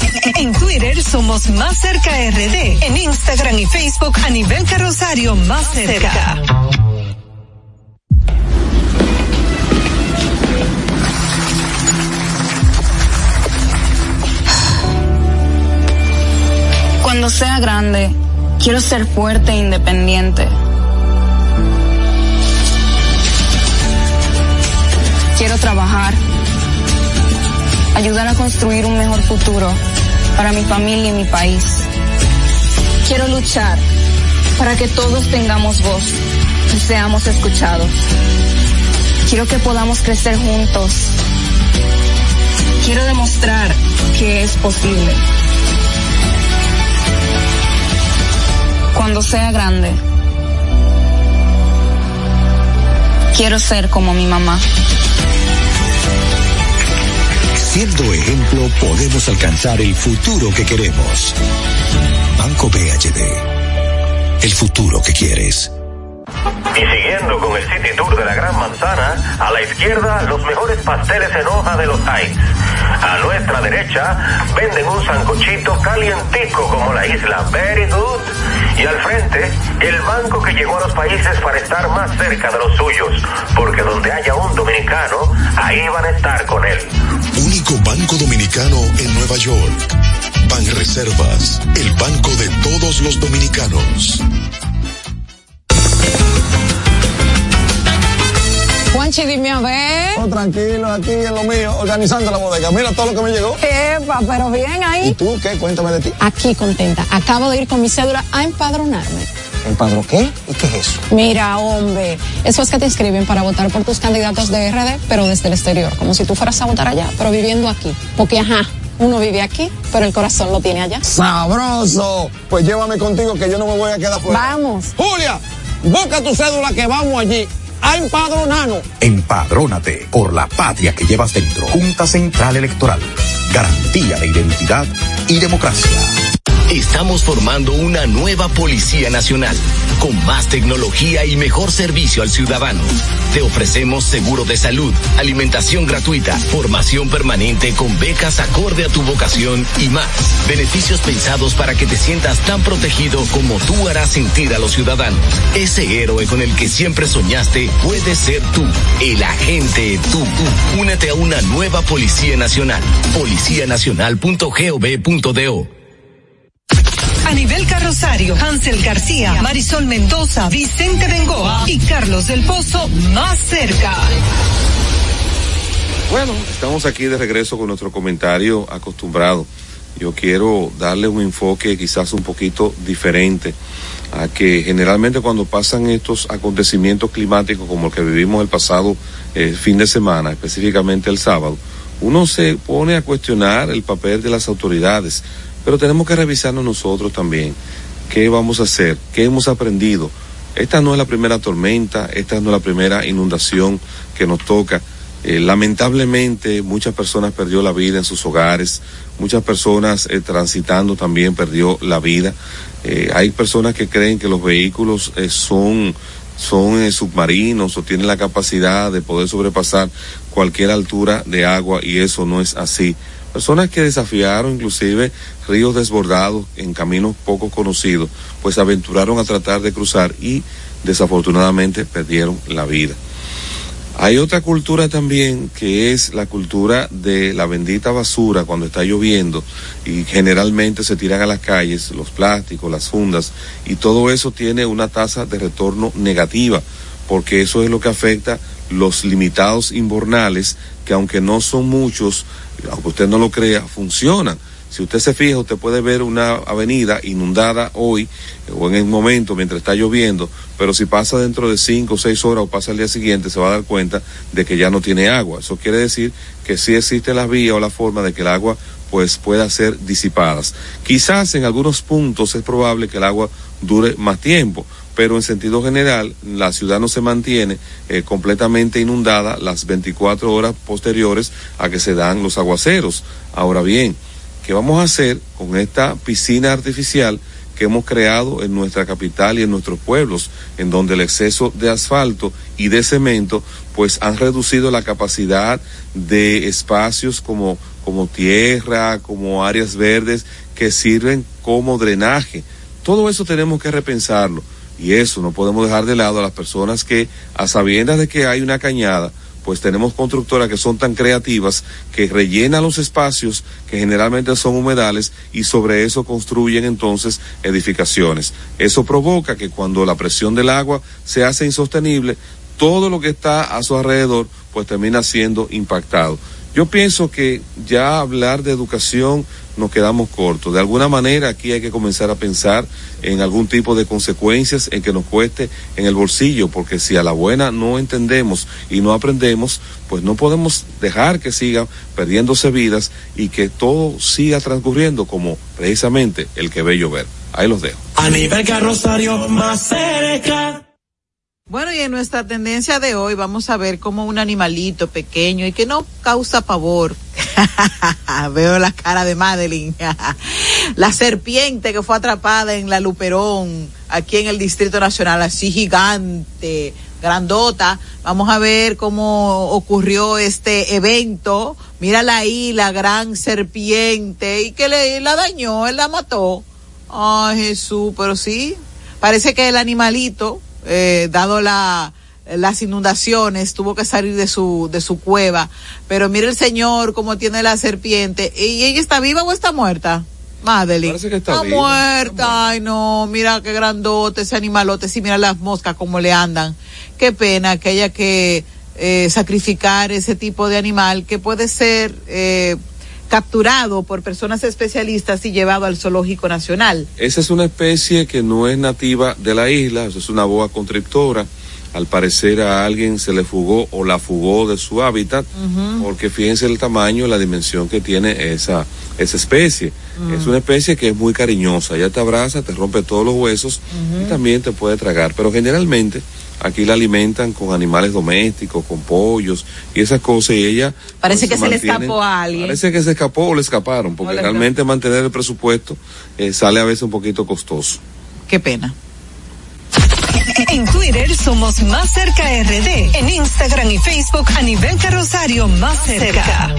En Twitter somos Más Cerca R D. En Instagram y Facebook a nivel Carrosario más cerca. Cuando sea grande, quiero ser fuerte e independiente. Quiero trabajar, ayudar a construir un mejor futuro para mi familia y mi país. Quiero luchar para que todos tengamos voz y seamos escuchados. Quiero que podamos crecer juntos. Quiero demostrar que es posible. Cuando sea grande, quiero ser como mi mamá. Siendo ejemplo, podemos alcanzar el futuro que queremos. Banco B H D. El futuro que quieres. Y siguiendo con el City Tour de la Gran Manzana, a la izquierda los mejores pasteles en hoja de los Heights. A nuestra derecha venden un sancochito calientico como la isla Very Good. Y al frente, el banco que llegó a los países para estar más cerca de los suyos, porque donde haya un dominicano, ahí van a estar con él. Único banco dominicano en Nueva York. Banreservas, el banco de todos los dominicanos. Juanchi, dime a ver. Oh, tranquilo, aquí en lo mío, organizando la bodega. Mira todo lo que me llegó. Epa, pero bien ahí. ¿Y tú qué? Cuéntame de ti. Aquí contenta. Acabo de ir con mi cédula a empadronarme. ¿Empadro qué? ¿Y qué es eso? Mira, hombre, eso es que te inscriben para votar por tus candidatos de R D, pero desde el exterior, como si tú fueras a votar allá, pero viviendo aquí. Porque, ajá, uno vive aquí, pero el corazón lo tiene allá. ¡Sabroso! Pues llévame contigo que yo no me voy a quedar fuera. Vamos. Julia, busca tu cédula que vamos allí a empadronarnos. Empadrónate por la patria que llevas dentro. Junta Central Electoral. Garantía de identidad y democracia. Estamos formando una nueva Policía Nacional, con más tecnología y mejor servicio al ciudadano. Te ofrecemos seguro de salud, alimentación gratuita, formación permanente con becas acorde a tu vocación y más. Beneficios pensados para que te sientas tan protegido como tú harás sentir a los ciudadanos. Ese héroe con el que siempre soñaste puede ser tú, el agente tú. Únete a una nueva Policía Nacional. policía nacional punto gov punto do. Anibel Carrosario, Hansel García, Marisol Mendoza, Vicente Bengoa y Carlos del Pozo, más cerca. Bueno, estamos aquí de regreso con nuestro comentario acostumbrado. Yo quiero darle un enfoque quizás un poquito diferente a que generalmente cuando pasan estos acontecimientos climáticos como el que vivimos el pasado eh, fin de semana, específicamente el sábado, uno se pone a cuestionar el papel de las autoridades, pero tenemos que revisarnos nosotros también. ¿Qué vamos a hacer? ¿Qué hemos aprendido? Esta no es la primera tormenta, esta no es la primera inundación que nos toca. Eh, lamentablemente muchas personas perdió la vida en sus hogares, muchas personas eh, transitando también perdió la vida. Eh, hay personas que creen que los vehículos eh, son, son eh, submarinos o tienen la capacidad de poder sobrepasar cualquier altura de agua y eso no es así. Personas que desafiaron inclusive ríos desbordados en caminos poco conocidos, pues aventuraron a tratar de cruzar y desafortunadamente perdieron la vida. Hay otra cultura también que es la cultura de la bendita basura cuando está lloviendo y generalmente se tiran a las calles los plásticos, las fundas y todo eso tiene una tasa de retorno negativa porque eso es lo que afecta los limitados invernales que aunque no son muchos, aunque usted no lo crea, funcionan. Si usted se fija, usted puede ver una avenida inundada hoy o en el momento mientras está lloviendo, pero si pasa dentro de cinco o seis horas o pasa el día siguiente, se va a dar cuenta de que ya no tiene agua. Eso quiere decir que sí existe la vía o la forma de que el agua pues pueda ser disipadas. Quizás en algunos puntos es probable que el agua dure más tiempo, pero en sentido general la ciudad no se mantiene eh, completamente inundada las veinticuatro horas posteriores a que se dan los aguaceros. Ahora bien, ¿qué vamos a hacer con esta piscina artificial que hemos creado en nuestra capital y en nuestros pueblos, en donde el exceso de asfalto y de cemento pues han reducido la capacidad de espacios como, como tierra, como áreas verdes que sirven como drenaje? Todo eso tenemos que repensarlo y eso no podemos dejar de lado a las personas que a sabiendas de que hay una cañada, pues tenemos constructoras que son tan creativas que rellenan los espacios que generalmente son humedales y sobre eso construyen entonces edificaciones. Eso provoca que cuando la presión del agua se hace insostenible, todo lo que está a su alrededor pues termina siendo impactado. Yo pienso que ya hablar de educación nos quedamos cortos. De alguna manera aquí hay que comenzar a pensar en algún tipo de consecuencias en que nos cueste en el bolsillo, porque si a la buena no entendemos y no aprendemos, pues no podemos dejar que sigan perdiéndose vidas y que todo siga transcurriendo como precisamente el que ve llover. Ahí los dejo. Anibel Carrosario, más cerca. Bueno, y en nuestra tendencia de hoy vamos a ver cómo un animalito pequeño y que no causa pavor. Veo la cara de Madeline. La serpiente que fue atrapada en la Luperón, aquí en el Distrito Nacional, así gigante, grandota. Vamos a ver cómo ocurrió este evento. Mírala ahí, la gran serpiente, y que le la dañó, él la mató. Ay, Jesús, pero sí, parece que el animalito, Eh, dado la, las inundaciones, tuvo que salir de su, de su cueva, pero mire el señor cómo tiene la serpiente. ¿Y ella está viva o está muerta? Madeline. Parece que está, está viva. muerta. Está muerta. Ay, no, mira qué grandote ese animalote. Sí, mira las moscas cómo le andan. Qué pena que haya que eh, sacrificar ese tipo de animal que puede ser eh, capturado por personas especialistas y llevado al Zoológico Nacional. Esa es una especie que no es nativa de la isla, eso es una boa constrictora. Al parecer a alguien se le fugó o la fugó de su hábitat, uh-huh. porque fíjense el tamaño, la dimensión que tiene esa, esa especie. Uh-huh. Es una especie que es muy cariñosa, ella te abraza, te rompe todos los huesos uh-huh. y también te puede tragar, pero generalmente aquí la alimentan con animales domésticos, con pollos y esas cosas, y ella parece pues, que se, se le escapó a alguien. Parece que se escapó o le escaparon, porque realmente escapó. Mantener el presupuesto eh, sale a veces un poquito costoso. Qué pena. En Twitter somos Más Cerca R D, en Instagram y Facebook Anivelka Rosario Más Cerca.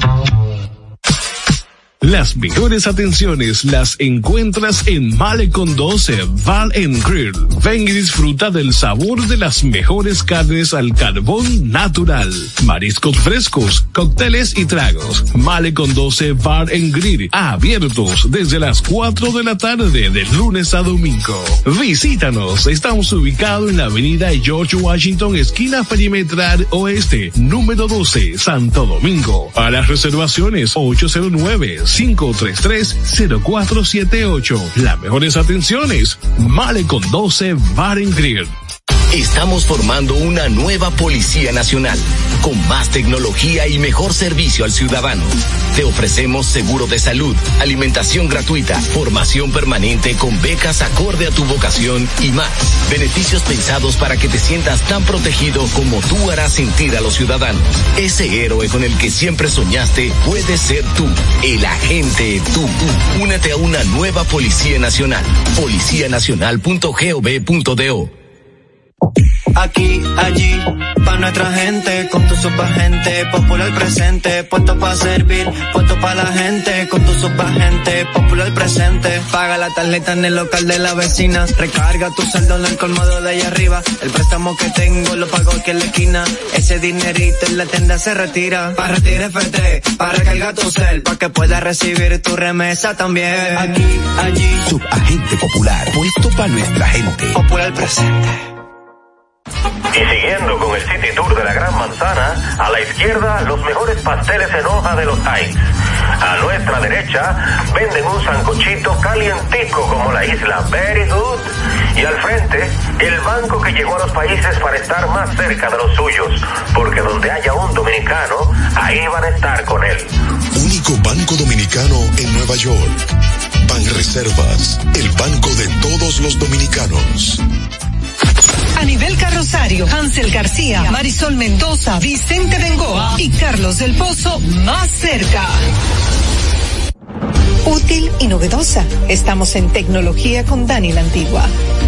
Las mejores atenciones las encuentras en Malecón doce Bar and Grill. Ven y disfruta del sabor de las mejores carnes al carbón natural, mariscos frescos, cócteles y tragos. Malecón doce Bar and Grill, abiertos desde las cuatro de la tarde de lunes a domingo. Visítanos, estamos ubicados en la avenida George Washington, esquina perimetral oeste, número doce, Santo Domingo. Para reservaciones, ocho cero nueve, cinco tres tres, cero cuatro siete ocho. Las mejores atenciones, Malecón doce Bar and Grill. Estamos formando una nueva Policía Nacional, con más tecnología y mejor servicio al ciudadano. Te ofrecemos seguro de salud, alimentación gratuita, formación permanente con becas acorde a tu vocación y más. Beneficios pensados para que te sientas tan protegido como tú harás sentir a los ciudadanos. Ese héroe con el que siempre soñaste puede ser tú, el agente tú. Únete a una nueva Policía Nacional. policía nacional punto gov punto do. Aquí, allí, pa' nuestra gente, con tu subagente, popular presente, puesto pa' servir, puesto pa' la gente, con tu subagente, popular presente. Paga la tarjeta en el local de la vecina, recarga tu saldo en el colmado de allá arriba, el préstamo que tengo lo pago aquí en la esquina, ese dinerito en la tienda se retira, pa' retirar F T, pa' recargar tu cel, pa' que puedas recibir tu remesa también. Aquí, allí, subagente popular, puesto pa' nuestra gente, popular presente. Y siguiendo con el City Tour de la Gran Manzana, a la izquierda los mejores pasteles en hoja de los Heights. A nuestra derecha venden un sancochito calientico como la isla Very Good. Y al frente, el banco que llegó a los países para estar más cerca de los suyos, porque donde haya un dominicano, ahí van a estar con él. Único banco dominicano en Nueva York. Banreservas, el banco de todos los dominicanos. Anivelka Rosario, Hansel García, Marisol Mendoza, Vicente Bengoa y Carlos del Pozo Más Cerca. Útil y novedosa. Estamos en tecnología con Dani la Antigua.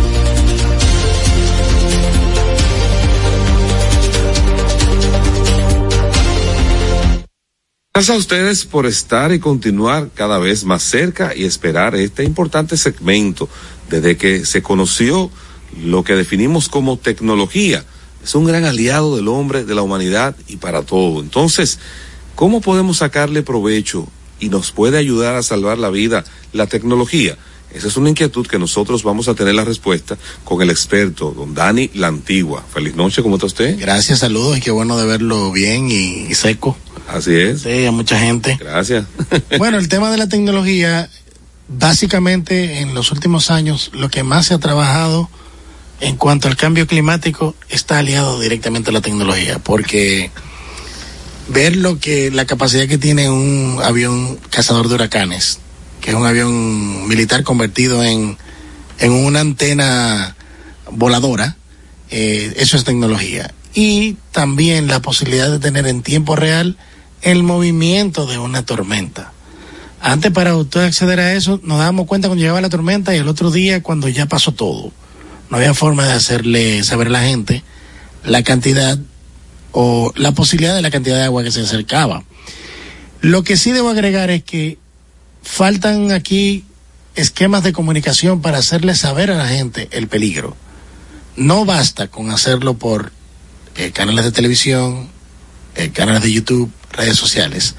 Gracias a ustedes por estar y continuar cada vez más cerca y esperar este importante segmento desde que se conoció lo que definimos como tecnología. Es un gran aliado del hombre, de la humanidad y para todo. Entonces, ¿cómo podemos sacarle provecho y nos puede ayudar a salvar la vida la tecnología? Esa es una inquietud que nosotros vamos a tener la respuesta con el experto, don Dani la Antigua. Feliz noche, ¿cómo está usted? Gracias, saludos y qué bueno de verlo bien y, y seco. Así es. Sí, a mucha gente. Gracias. Bueno, el tema de la tecnología, básicamente en los últimos años, lo que más se ha trabajado en cuanto al cambio climático está aliado directamente a la tecnología, porque ver lo que la capacidad que tiene un avión cazador de huracanes, que es un avión militar convertido en, en una antena voladora, eh, eso es tecnología. Y también la posibilidad de tener en tiempo real el movimiento de una tormenta. Antes, para usted acceder a eso, nos dábamos cuenta cuando llegaba la tormenta y el otro día cuando ya pasó todo. No había forma de hacerle saber a la gente la cantidad o la posibilidad de la cantidad de agua que se acercaba. Lo que sí debo agregar es que faltan aquí esquemas de comunicación para hacerle saber a la gente el peligro. No basta con hacerlo por eh, canales de televisión, eh, canales de YouTube, redes sociales.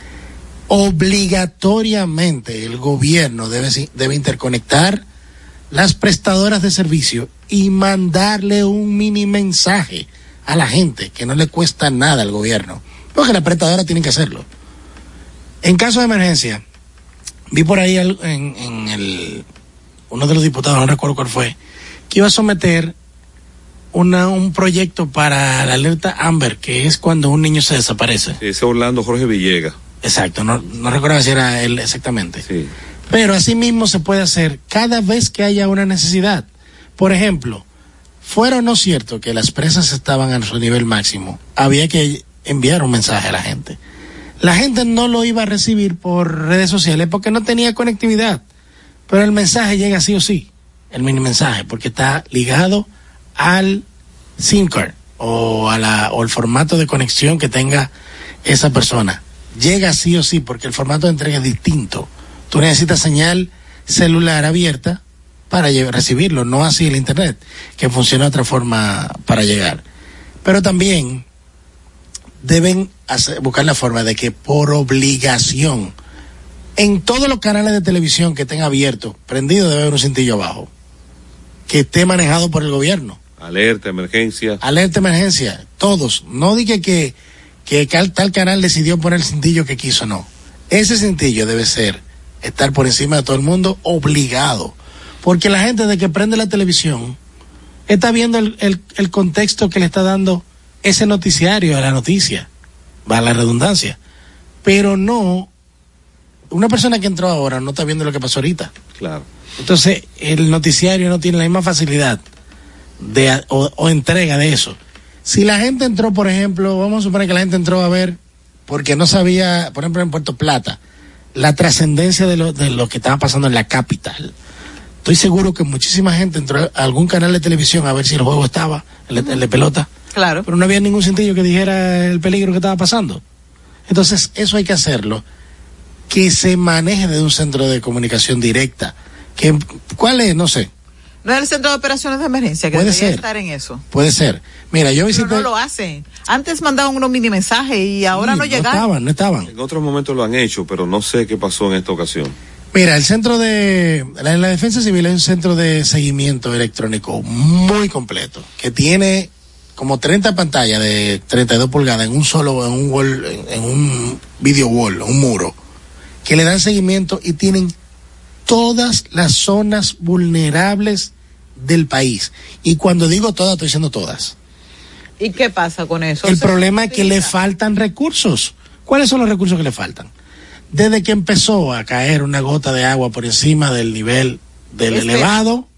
Obligatoriamente el gobierno debe, debe interconectar las prestadoras de servicio y mandarle un mini mensaje a la gente que no le cuesta nada al gobierno, porque las prestadoras tienen que hacerlo. En caso de emergencia, vi por ahí en, en el uno de los diputados, no recuerdo cuál fue, que iba a someter una, un proyecto para la alerta Amber, que es cuando un niño se desaparece. Sí, ese Orlando Jorge Villegas. Exacto, no, no recuerdo si era él exactamente. Sí. Pero así mismo se puede hacer cada vez que haya una necesidad. Por ejemplo, fuera o no cierto que las presas estaban a su nivel máximo, había que enviar un mensaje a la gente. La gente no lo iba a recibir por redes sociales porque no tenía conectividad, pero el mensaje llega sí o sí, el mini mensaje, porque está ligado al SIM card o a la o el formato de conexión que tenga esa persona. Llega sí o sí porque el formato de entrega es distinto. Tú necesitas señal celular abierta para recibirlo, no así el internet, que funciona de otra forma para llegar. Pero también deben hacer, buscar la forma de que por obligación, en todos los canales de televisión que estén abiertos, prendido debe haber un cintillo abajo, que esté manejado por el gobierno. Alerta, emergencia. Alerta, emergencia, todos. No diga que, que tal canal decidió poner el cintillo que quiso, no. Ese cintillo debe ser, estar por encima de todo el mundo, obligado. Porque la gente de que prende la televisión está viendo el, el, el contexto que le está dando ese noticiario a la noticia, va a la redundancia, pero no, una persona que entró ahora no está viendo lo que pasó ahorita. Claro. Entonces el noticiario no tiene la misma facilidad de o, o entrega de eso. Si la gente entró, por ejemplo, vamos a suponer que la gente entró a ver porque no sabía, por ejemplo en Puerto Plata, la trascendencia de lo, de lo que estaba pasando en la capital. Estoy seguro que muchísima gente entró a algún canal de televisión a ver si el juego estaba, el, el de pelota. Claro. Pero no había ningún cintillo que dijera el peligro que estaba pasando. Entonces, eso hay que hacerlo. Que se maneje desde un centro de comunicación directa. Que, ¿cuál es? No sé. No es el centro de operaciones de emergencia, que puede debería ser, estar en eso. Puede ser. Mira, yo visité... Pero no lo hacen. Antes mandaban unos mini mensajes y ahora sí, no llegaban. No estaban, no estaban. En otros momentos lo han hecho, pero no sé qué pasó en esta ocasión. Mira, el centro de... En la Defensa Civil hay un centro de seguimiento electrónico muy completo, que tiene como treinta pantallas de treinta y dos pulgadas en un solo, en un wall, en un video wall, un muro, que le dan seguimiento y tienen todas las zonas vulnerables del país. Y cuando digo todas, estoy diciendo todas. ¿Y qué pasa con eso? El problema es que le faltan recursos. ¿Cuáles son los recursos que le faltan? Desde que empezó a caer una gota de agua por encima del nivel del este... elevado,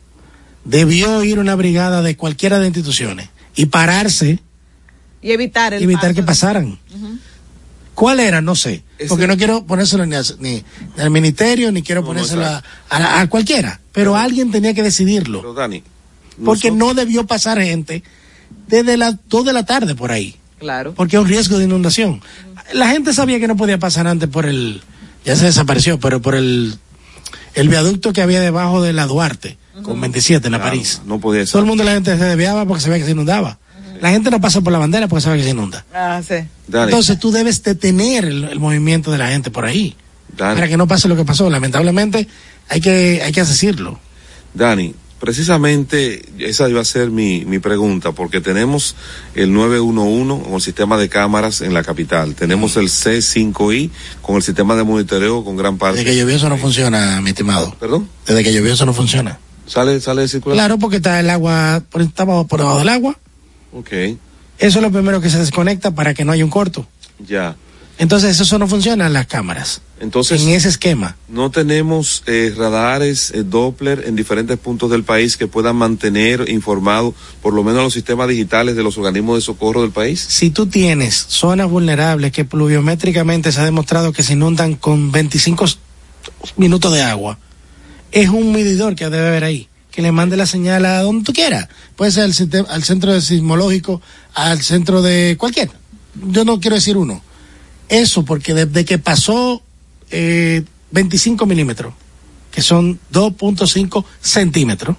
debió ir una brigada de cualquiera de instituciones y pararse y evitar el y evitar paso. que pasaran. Uh-huh. ¿Cuál era? No sé, Ese... porque no quiero ponérselo ni, a, ni al ministerio, ni quiero no, ponérselo no, a, a, a cualquiera, pero, pero alguien tenía que decidirlo. Pero Dani, porque nosotros... no debió pasar gente desde las dos de la tarde por ahí. Claro. Porque es un riesgo de inundación. La gente sabía que no podía pasar antes por el, ya se desapareció, pero por el, el viaducto que había debajo de la Duarte, uh-huh. con veintisiete en la claro, París. No podía ser. Todo el mundo, la gente se desviaba porque sabía que se inundaba. Uh-huh. La gente no pasa por la bandera porque sabe que se inunda. Ah, sí. Dani. Entonces tú debes detener el, el movimiento de la gente por ahí. Dani. Para que no pase lo que pasó. Lamentablemente hay que, hay que decirlo. Dani, precisamente esa iba a ser mi, mi pregunta, porque tenemos el nueve uno uno con el sistema de cámaras en la capital, tenemos el C cinco I con el sistema de monitoreo con gran parte. Desde que llovió eso no funciona, mi estimado. ¿Perdón? Desde que llovió eso no funciona. ¿Sale, sale de circular? Claro, porque está el agua, por, está por debajo del agua. Ok. Eso es lo primero que se desconecta para que no haya un corto. Ya. Entonces eso no funciona en las cámaras. Entonces, en ese esquema. No tenemos eh, radares eh, Doppler en diferentes puntos del país que puedan mantener informados por lo menos los sistemas digitales de los organismos de socorro del país. Si tú tienes zonas vulnerables que pluviométricamente se ha demostrado que se inundan con veinticinco minutos de agua, es un medidor que debe haber ahí, que le mande la señal a donde tú quieras. Puede ser al, sistema, al centro de sismológico, al centro de cualquier. Yo no quiero decir uno. Eso porque desde que pasó eh, veinticinco milímetros, que son dos punto cinco centímetros,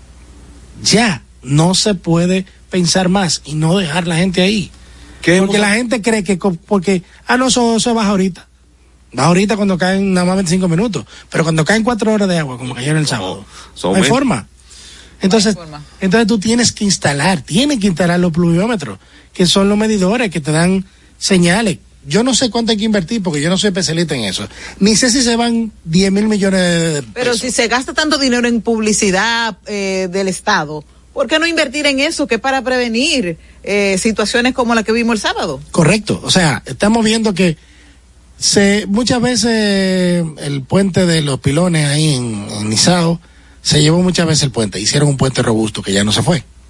ya no se puede pensar más y no dejar la gente ahí. Porque hemos... la gente cree que porque, ah no, eso, eso baja ahorita. Baja ahorita cuando caen nada más veinticinco minutos, pero cuando caen cuatro horas de agua, como cayeron el sábado, no hay forma. Entonces, no hay forma. Entonces tú tienes que instalar, tienes que instalar los pluviómetros, que son los medidores que te dan señales. Yo no sé cuánto hay que invertir porque yo no soy especialista en eso. Ni sé si se van diez mil millones de pesos. Pero si se gasta tanto dinero en publicidad eh, del Estado, ¿por qué no invertir en eso que es para prevenir eh, situaciones como la que vimos el sábado? Correcto. O sea, estamos viendo que se muchas veces el puente de los pilones ahí en, en Nizao se llevó muchas veces el puente. Hicieron un puente robusto que ya no se fue.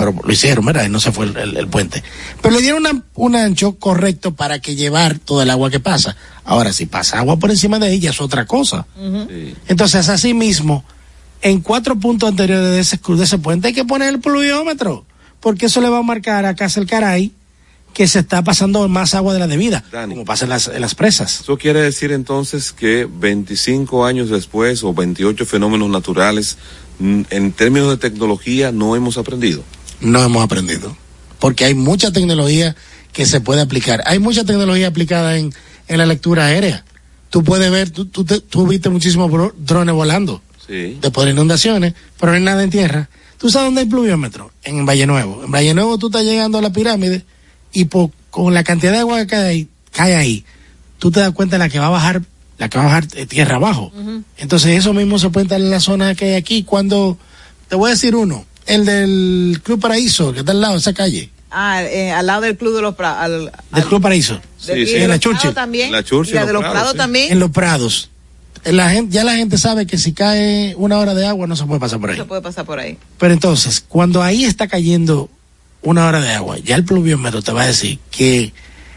pero lo hicieron, ¿verdad? Y no se fue el, el, el puente. Pero le dieron una, un ancho correcto para que llevar todo el agua que pasa. Ahora, si pasa agua por encima de ella, es otra cosa. Uh-huh. Sí. Entonces, así mismo, en cuatro puntos anteriores de ese, de ese puente hay que poner el pluviómetro, porque eso le va a marcar a Casa El Caray que se está pasando más agua de la debida, Dani, como pasa en las, en las presas. Eso quiere decir entonces que veinticinco años después o veintiocho fenómenos naturales, en términos de tecnología, no hemos aprendido. No hemos aprendido, porque hay mucha tecnología que se puede aplicar. Hay mucha tecnología aplicada en, en la lectura aérea. Tú puedes ver, tú, tú, te, tú viste muchísimos drones volando, sí, después de inundaciones, pero no hay nada en tierra. ¿Tú sabes dónde hay pluviómetro? En Valle Nuevo. En Valle Nuevo tú estás llegando a la pirámide y por, con la cantidad de agua que cae ahí, cae ahí, tú te das cuenta de la que va a bajar, la que va a bajar tierra abajo. Uh-huh. Entonces eso mismo se puede estar en la zona que hay aquí. Cuando, te voy a decir uno, el del Club Paraíso, que está al lado de esa calle. Ah, eh, al lado del Club de los Prados. Al, del al, Club Paraíso. De, sí, sí. En la Churchill. También. La Churchill. Y la de los Prados, Prados sí. También. En los Prados. La gente, ya la gente sabe que si cae una hora de agua no se puede pasar por ahí. No se puede pasar por ahí. Pero entonces, cuando ahí está cayendo una hora de agua, ya el pluviómetro te va a decir que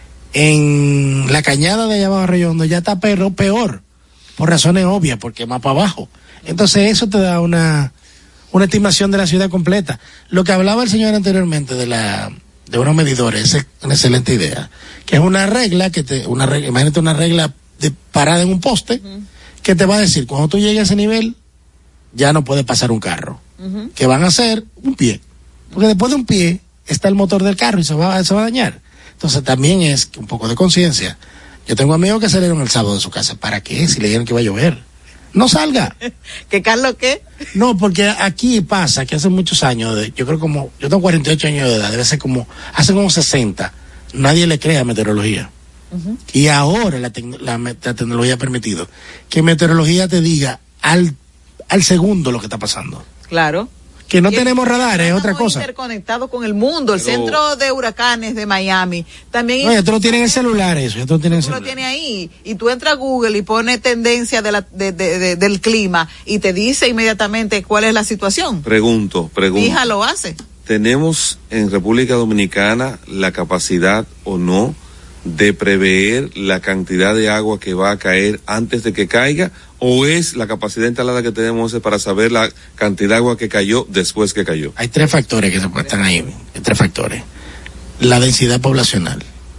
en la cañada de allá abajo Arroyondo ya está peor, peor, por razones obvias, porque más para abajo. Entonces eso te da una, una estimación de la ciudad completa. Lo que hablaba el señor anteriormente de la, de unos medidores, es una excelente idea, que es una regla que te, una regla, imagínate una regla de parada en un poste, uh-huh, que te va a decir, cuando tú llegues a ese nivel, ya no puede pasar un carro, uh-huh, que van a hacer un pie, porque después de un pie está el motor del carro y se va, se va a dañar. Entonces también es un poco de conciencia. Yo tengo amigos que salieron el sábado de su casa. ¿Para qué? Si le dijeron que va a llover. No salga. ¿Qué Carlos qué? No, porque aquí pasa que hace muchos años, de, yo creo como, yo tengo cuarenta y ocho años de edad, debe ser como, hace como sesenta, nadie le cree a meteorología. Uh-huh. Y ahora la, tec- la, la tecnología ha permitido que meteorología te diga al, al segundo lo que está pasando. Claro. Que no tenemos radares, es otra cosa. Interconectado con el mundo, el Pero... centro de huracanes de Miami. También. No, ya tú lo tienes en el celular, eso, ya tú lo tienes en el celular. Tú lo tienes ahí. Y tú entras a Google y pones tendencia de la, de, de, de, del clima y te dice inmediatamente cuál es la situación. Pregunto, pregunto. Hija lo hace. ¿Tenemos en República Dominicana la capacidad o no de prever la cantidad de agua que va a caer antes de que caiga? ¿O es la capacidad instalada que tenemos para saber la cantidad de agua que cayó después que cayó? Hay tres factores que se están ahí, hay tres factores. La densidad poblacional.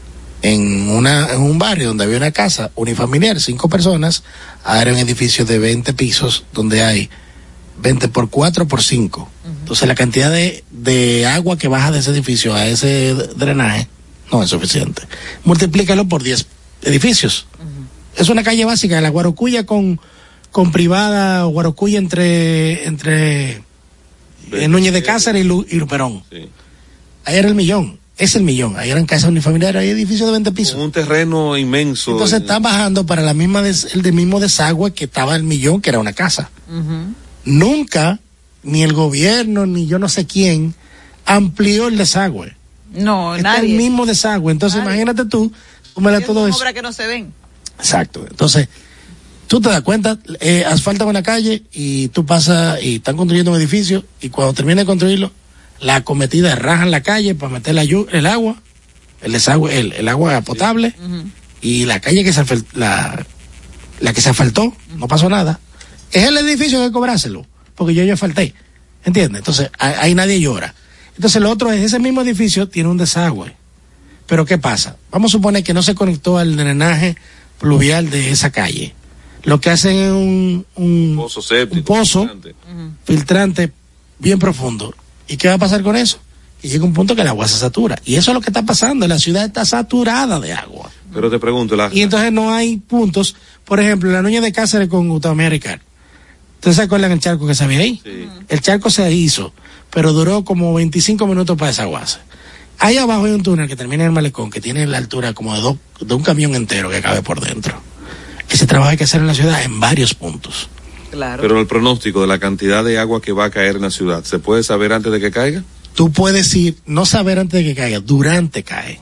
En una en un barrio donde había una casa unifamiliar, cinco personas, ahora era un edificio de veinte pisos donde hay veinte por cuatro por cinco. Uh-huh. Entonces la cantidad de, de agua que baja de ese edificio a ese drenaje no es suficiente. Multiplícalo por diez edificios. Uh-huh. Es una calle básica, la Guarocuya con, con privada, Guarocuya entre, entre eh, Núñez de Cáceres y, Lu, y Luperón. Sí. Ahí era el millón, es el millón. Ahí eran casas unifamiliares, hay edificios de veinte pisos. Con un terreno inmenso. Entonces en... está bajando para la misma des, el de mismo desagüe que estaba el millón, que era una casa. Uh-huh. Nunca, ni el gobierno, ni yo no sé quién, amplió el desagüe. No, está nadie. El mismo desagüe. Entonces nadie. Imagínate tú, súmale todo eso. Obras que no se ven. Exacto. Entonces, tú te das cuenta, eh, asfaltan una calle y tú pasas y están construyendo un edificio y cuando termina de construirlo, la acometida rajan la calle para meter la, el agua, el desagüe, el, el agua potable, sí. Uh-huh. Y la calle que se la, la que se asfaltó, uh-huh. No pasó nada. Es el edificio que hay que cobrárselo, porque yo ya falté. ¿Entiendes? Entonces, ahí nadie llora. Entonces, lo otro es, ese mismo edificio tiene un desagüe. Pero, ¿qué pasa? Vamos a suponer que no se conectó al drenaje pluvial de esa calle. Lo que hacen es un, un pozo séptico, un pozo filtrante. filtrante bien profundo. ¿Y qué va a pasar con eso? Y llega un punto que el agua se satura. Y eso es lo que está pasando. La ciudad está saturada de agua. Pero te pregunto, la... Y entonces no hay puntos. Por ejemplo, la Núñez de Cáceres con Gustavo Mejía Ricard. ¿Ustedes se acuerdan el charco que se había ahí? Sí. El charco se hizo, pero duró como veinticinco minutos para desaguarse. Ahí abajo hay un túnel que termina en el malecón, que tiene la altura como de, do, de un camión entero que cabe por dentro. Ese trabajo hay que hacer en la ciudad en varios puntos. Claro. Pero el pronóstico de la cantidad de agua que va a caer en la ciudad, ¿se puede saber antes de que caiga? Tú puedes ir, no saber antes de que caiga, durante cae.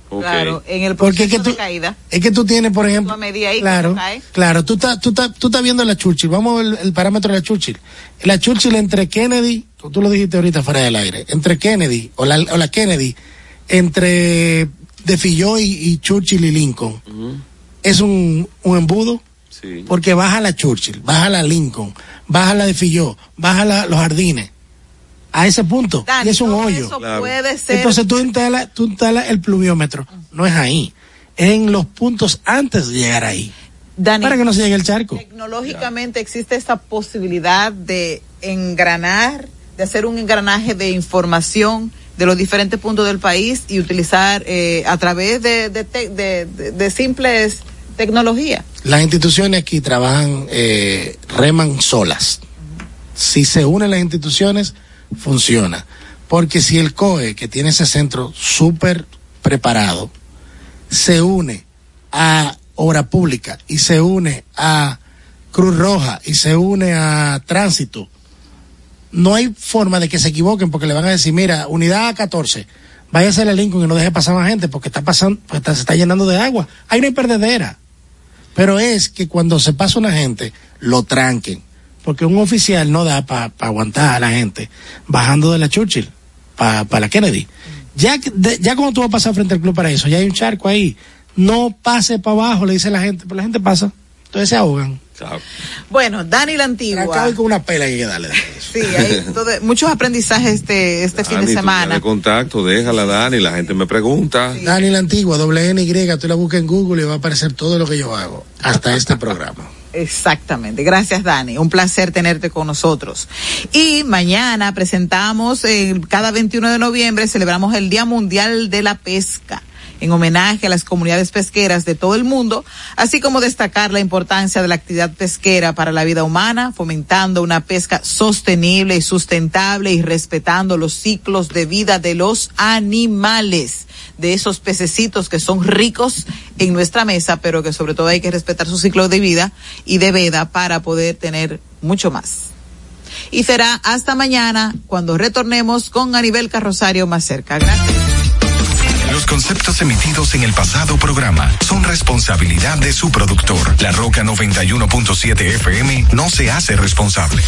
Okay. Claro, en el proceso es que tú, de caída. Es que tú tienes, por ejemplo, ahí, claro, claro, tú estás, tú estás, tú estás viendo la Churchill, vamos a ver el, el parámetro de la Churchill. La Churchill entre Kennedy, tú lo dijiste ahorita fuera del aire, entre Kennedy, o la, o la Kennedy, entre De Filló y, y Churchill y Lincoln, uh-huh. es un, un embudo, sí. porque baja la Churchill, baja la Lincoln, baja la De Filló, baja la, los jardines. A ese punto, Dani, y es un hoyo. Eso claro. puede ser. Entonces tú instalas, tú instalas el pluviómetro, no es ahí, es en los puntos antes de llegar ahí. Dani, para que no se llegue el charco. Tecnológicamente existe esta posibilidad de engranar, de hacer un engranaje de información de los diferentes puntos del país y utilizar eh, a través de, de, te, de, de, de simples tecnologías. Las instituciones aquí trabajan, eh, reman solas. Uh-huh. Si se unen las instituciones, funciona, porque si el C O E, que tiene ese centro súper preparado, se une a Obra Pública y se une a Cruz Roja y se une a Tránsito, no hay forma de que se equivoquen, porque le van a decir, mira, unidad catorce, váyase a la Lincoln y no deje pasar más gente porque está pasando, porque está, se está llenando de agua, ahí no hay perdedera, pero es que cuando se pasa una gente, lo tranquen, porque un oficial no da para pa aguantar a la gente bajando de la Churchill para pa la Kennedy. Ya, de, ya cuando tú vas a pasar frente al Club Paraíso, ya hay un charco ahí, no pase para abajo, le dice la gente, pero la gente pasa, entonces se ahogan. Chao. Bueno, Dani la Antigua. Acabo con una pela que darle. Sí, hay todo, muchos aprendizajes este, este Dani, fin de semana. De contacto, déjala, Dani, la gente me pregunta. Sí. Dani la Antigua, doble N Y, tú la buscas en Google y va a aparecer todo lo que yo hago, hasta este programa. Exactamente. Gracias, Dani. Un placer tenerte con nosotros. Y mañana presentamos, eh, cada veintiuno de noviembre, celebramos el Día Mundial de la Pesca, en homenaje a las comunidades pesqueras de todo el mundo, así como destacar la importancia de la actividad pesquera para la vida humana, fomentando una pesca sostenible y sustentable y respetando los ciclos de vida de los animales, de esos pececitos que son ricos en nuestra mesa, pero que sobre todo hay que respetar su ciclo de vida y de veda para poder tener mucho más. Y será hasta mañana cuando retornemos con Anibel Carrosario Más Cerca. Gracias. Los conceptos emitidos en el pasado programa son responsabilidad de su productor. La Roca noventa y uno punto siete F M no se hace responsable.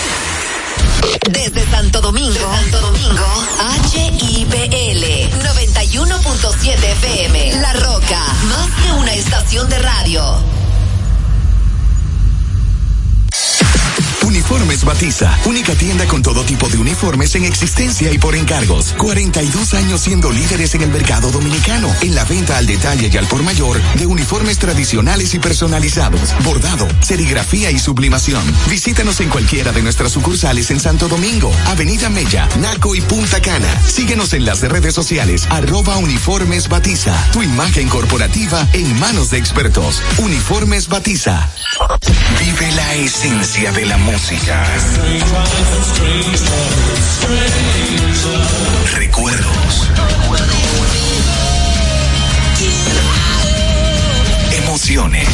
Desde Santo Domingo, Santo Domingo, H I P L noventa y uno punto siete F M. La Roca, más que una estación de radio. Uniformes Batiza, única tienda con todo tipo de uniformes en existencia y por encargos. cuarenta y dos años siendo líderes en el mercado dominicano, en la venta al detalle y al por mayor de uniformes tradicionales y personalizados, bordado, serigrafía y sublimación. Visítanos en cualquiera de nuestras sucursales en Santo Domingo, Avenida Mella, Naco y Punta Cana. Síguenos en las redes sociales, arroba Uniformes Batiza. Tu imagen corporativa en manos de expertos. Uniformes Batiza. Vive la esencia de la música. Recuerdos. Emociones.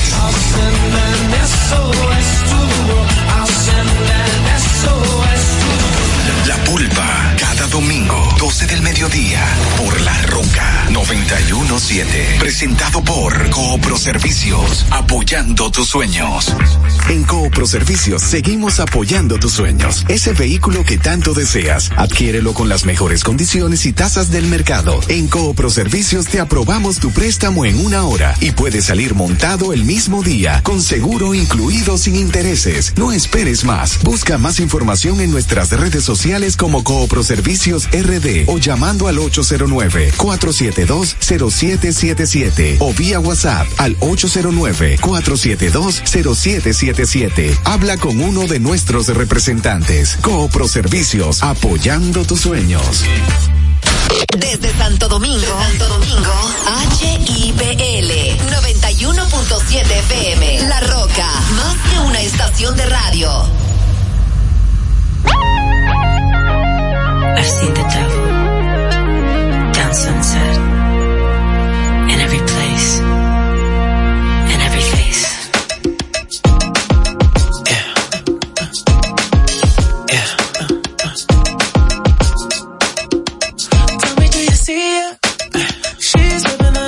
La Pulpa, cada domingo, doce del mediodía, por La Roca noventa y uno punto siete. Presentado por Coopro Servicios, apoyando tus sueños. En Coopro Servicios seguimos apoyando tus sueños. Ese vehículo que tanto deseas, adquiérelo con las mejores condiciones y tasas del mercado. En Coopro Servicios te aprobamos tu préstamo en una hora y puedes salir montado el mismo día, con seguro incluido sin intereses. No esperes más. Busca más información en nuestras redes sociales como Coopro Servicios R D o llamando al ocho cero nueve, cuatro siete dos, cero siete siete siete o vía WhatsApp al ocho cero nueve, cuatro siete dos, cero siete siete siete. Habla con uno de nuestros representantes. Coopro Servicios, apoyando tus sueños. Desde Santo Domingo, Santo Domingo, H I P L noventa y uno punto siete F M. La Roca, más que una estación de radio. I've seen the devil down Sunset, in every place, in every face. Yeah. Yeah. Tell me, do you see her? She's living a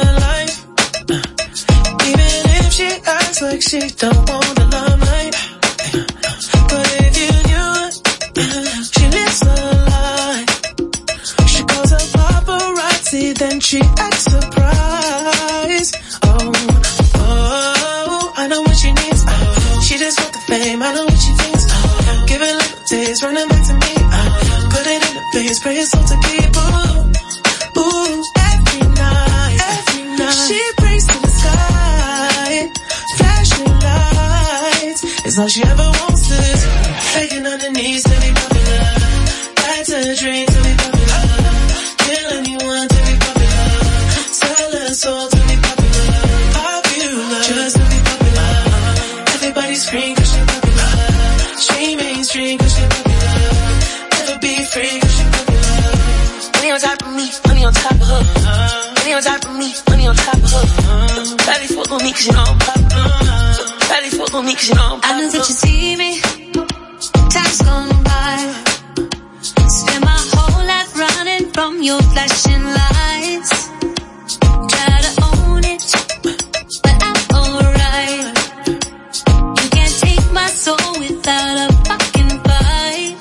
like she don't want the limelight. But if you knew, she lives a lie. She calls her paparazzi, then she acts surprised. Oh, oh, I know what she needs. Oh, she just want the fame, I know what she thinks. Oh, give it little days, running back to me. Oh, put it in the face, pray it's all to keep. Ooh, ooh, every night, every night, she prays to the sky, flashing lights. It's all she ever wants is begging on her knees to be popular. That's a dream to be popular. Kill anyone to be popular. Sell her soul to be popular. Popular, just to be popular. Everybody scream 'cause she popular. She mainstream 'cause she popular. Never be free 'cause she popular. Money on top of me, money on top of her. Money on top of me, money on top of her. Daddy fuck on me 'cause you know I'm popular. Daddy fuck on me 'cause you know I'm popular. I know that you see me, time's gone by. Spend my whole life running from your flashing lights. Try to own it, but I'm alright. You can't take my soul without a fucking fight.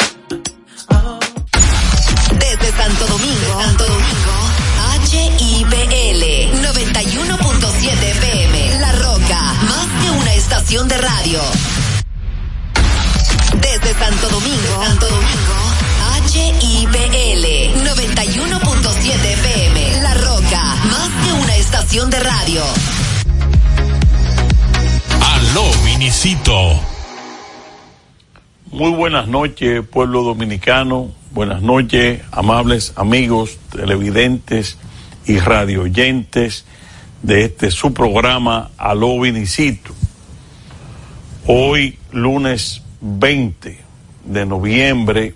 Desde Santo Domingo, Santo Domingo, H I P L noventa y uno punto siete F M, La Roca, más que una estación de radio. Desde Santo Domingo, Santo Domingo, H I P L noventa y uno punto siete F M, La Roca, más que una estación de radio. Aló, Vinicito. Muy buenas noches, pueblo dominicano. Buenas noches, amables amigos, televidentes y radioyentes de este su programa Aló Vinicito. Hoy, lunes veinte de noviembre,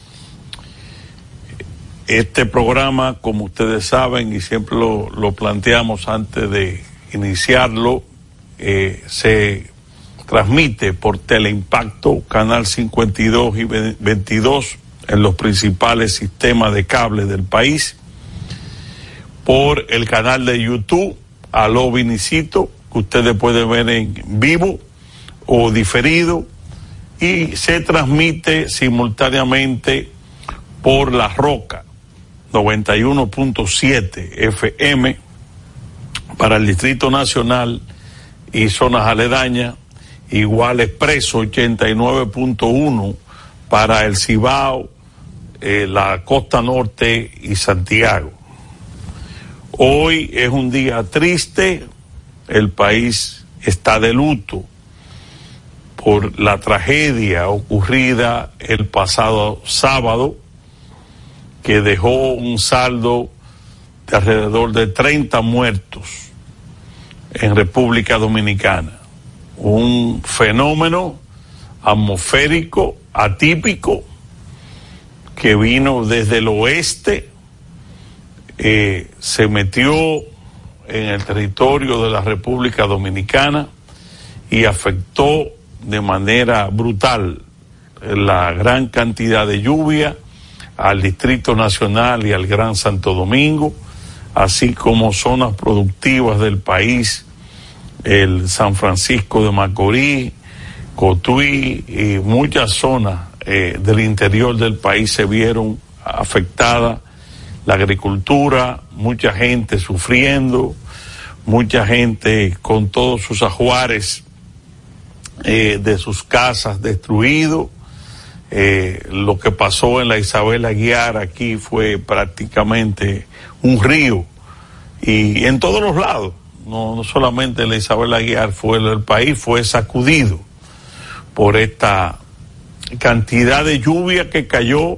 este programa, como ustedes saben, y siempre lo, lo planteamos antes de iniciarlo, eh, se transmite por Teleimpacto, Canal cincuenta y dos y veintidós, en los principales sistemas de cable del país, por el canal de YouTube Aló Vinicito, que ustedes pueden ver en vivo o diferido, y se transmite simultáneamente por La Roca noventa y uno punto siete F M para el Distrito Nacional y zonas aledañas, igual Expreso ochenta y nueve punto uno para el Cibao, eh, la costa norte y Santiago. Hoy es un día triste, el país está de luto por la tragedia ocurrida el pasado sábado, que dejó un saldo de alrededor de treinta muertos en República Dominicana. Un fenómeno atmosférico atípico que vino desde el oeste, eh, se metió en el territorio de la República Dominicana y afectó de manera brutal la gran cantidad de lluvia al Distrito Nacional y al Gran Santo Domingo, así como zonas productivas del país, el San Francisco de Macorís, Cotuí y muchas zonas eh, del interior del país se vieron afectadas, la agricultura, mucha gente sufriendo, mucha gente con todos sus ajuares eh, de sus casas destruidos. Eh, lo que pasó en la Isabel Aguiar aquí fue prácticamente un río, y en todos los lados, no, no solamente en la Isabel Aguiar, fue el, el país fue sacudido por esta cantidad de lluvia que cayó,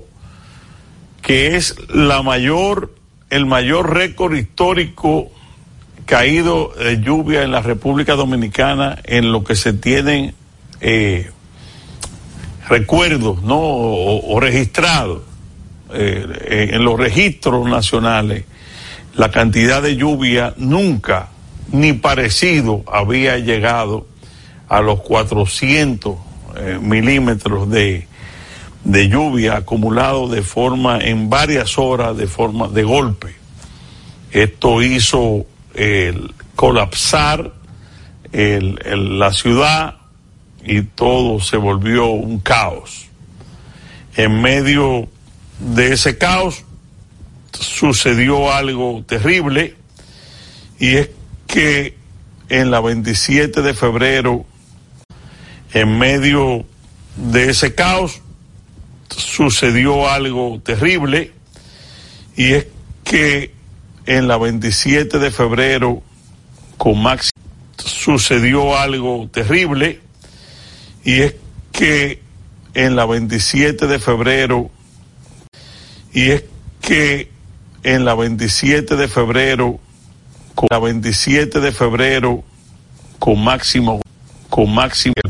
que es la mayor, el mayor récord histórico caído de lluvia en la República Dominicana en lo que se tienen eh, recuerdos, ¿no? O, o registrados eh, en los registros nacionales. La cantidad de lluvia nunca ni parecido había llegado a los cuatrocientos eh, milímetros de, de lluvia acumulado de forma, en varias horas, de forma de golpe. Esto hizo eh, colapsar el, el, la ciudad y todo se volvió un caos. En medio de ese caos sucedió algo terrible, y es que en la veintisiete de febrero, en medio de ese caos, sucedió algo terrible, y es que en la veintisiete de febrero, con máximo, sucedió algo terrible, y es que en la veintisiete de febrero, y es que en la veintisiete de febrero, con la veintisiete de febrero, con máximo, con máximo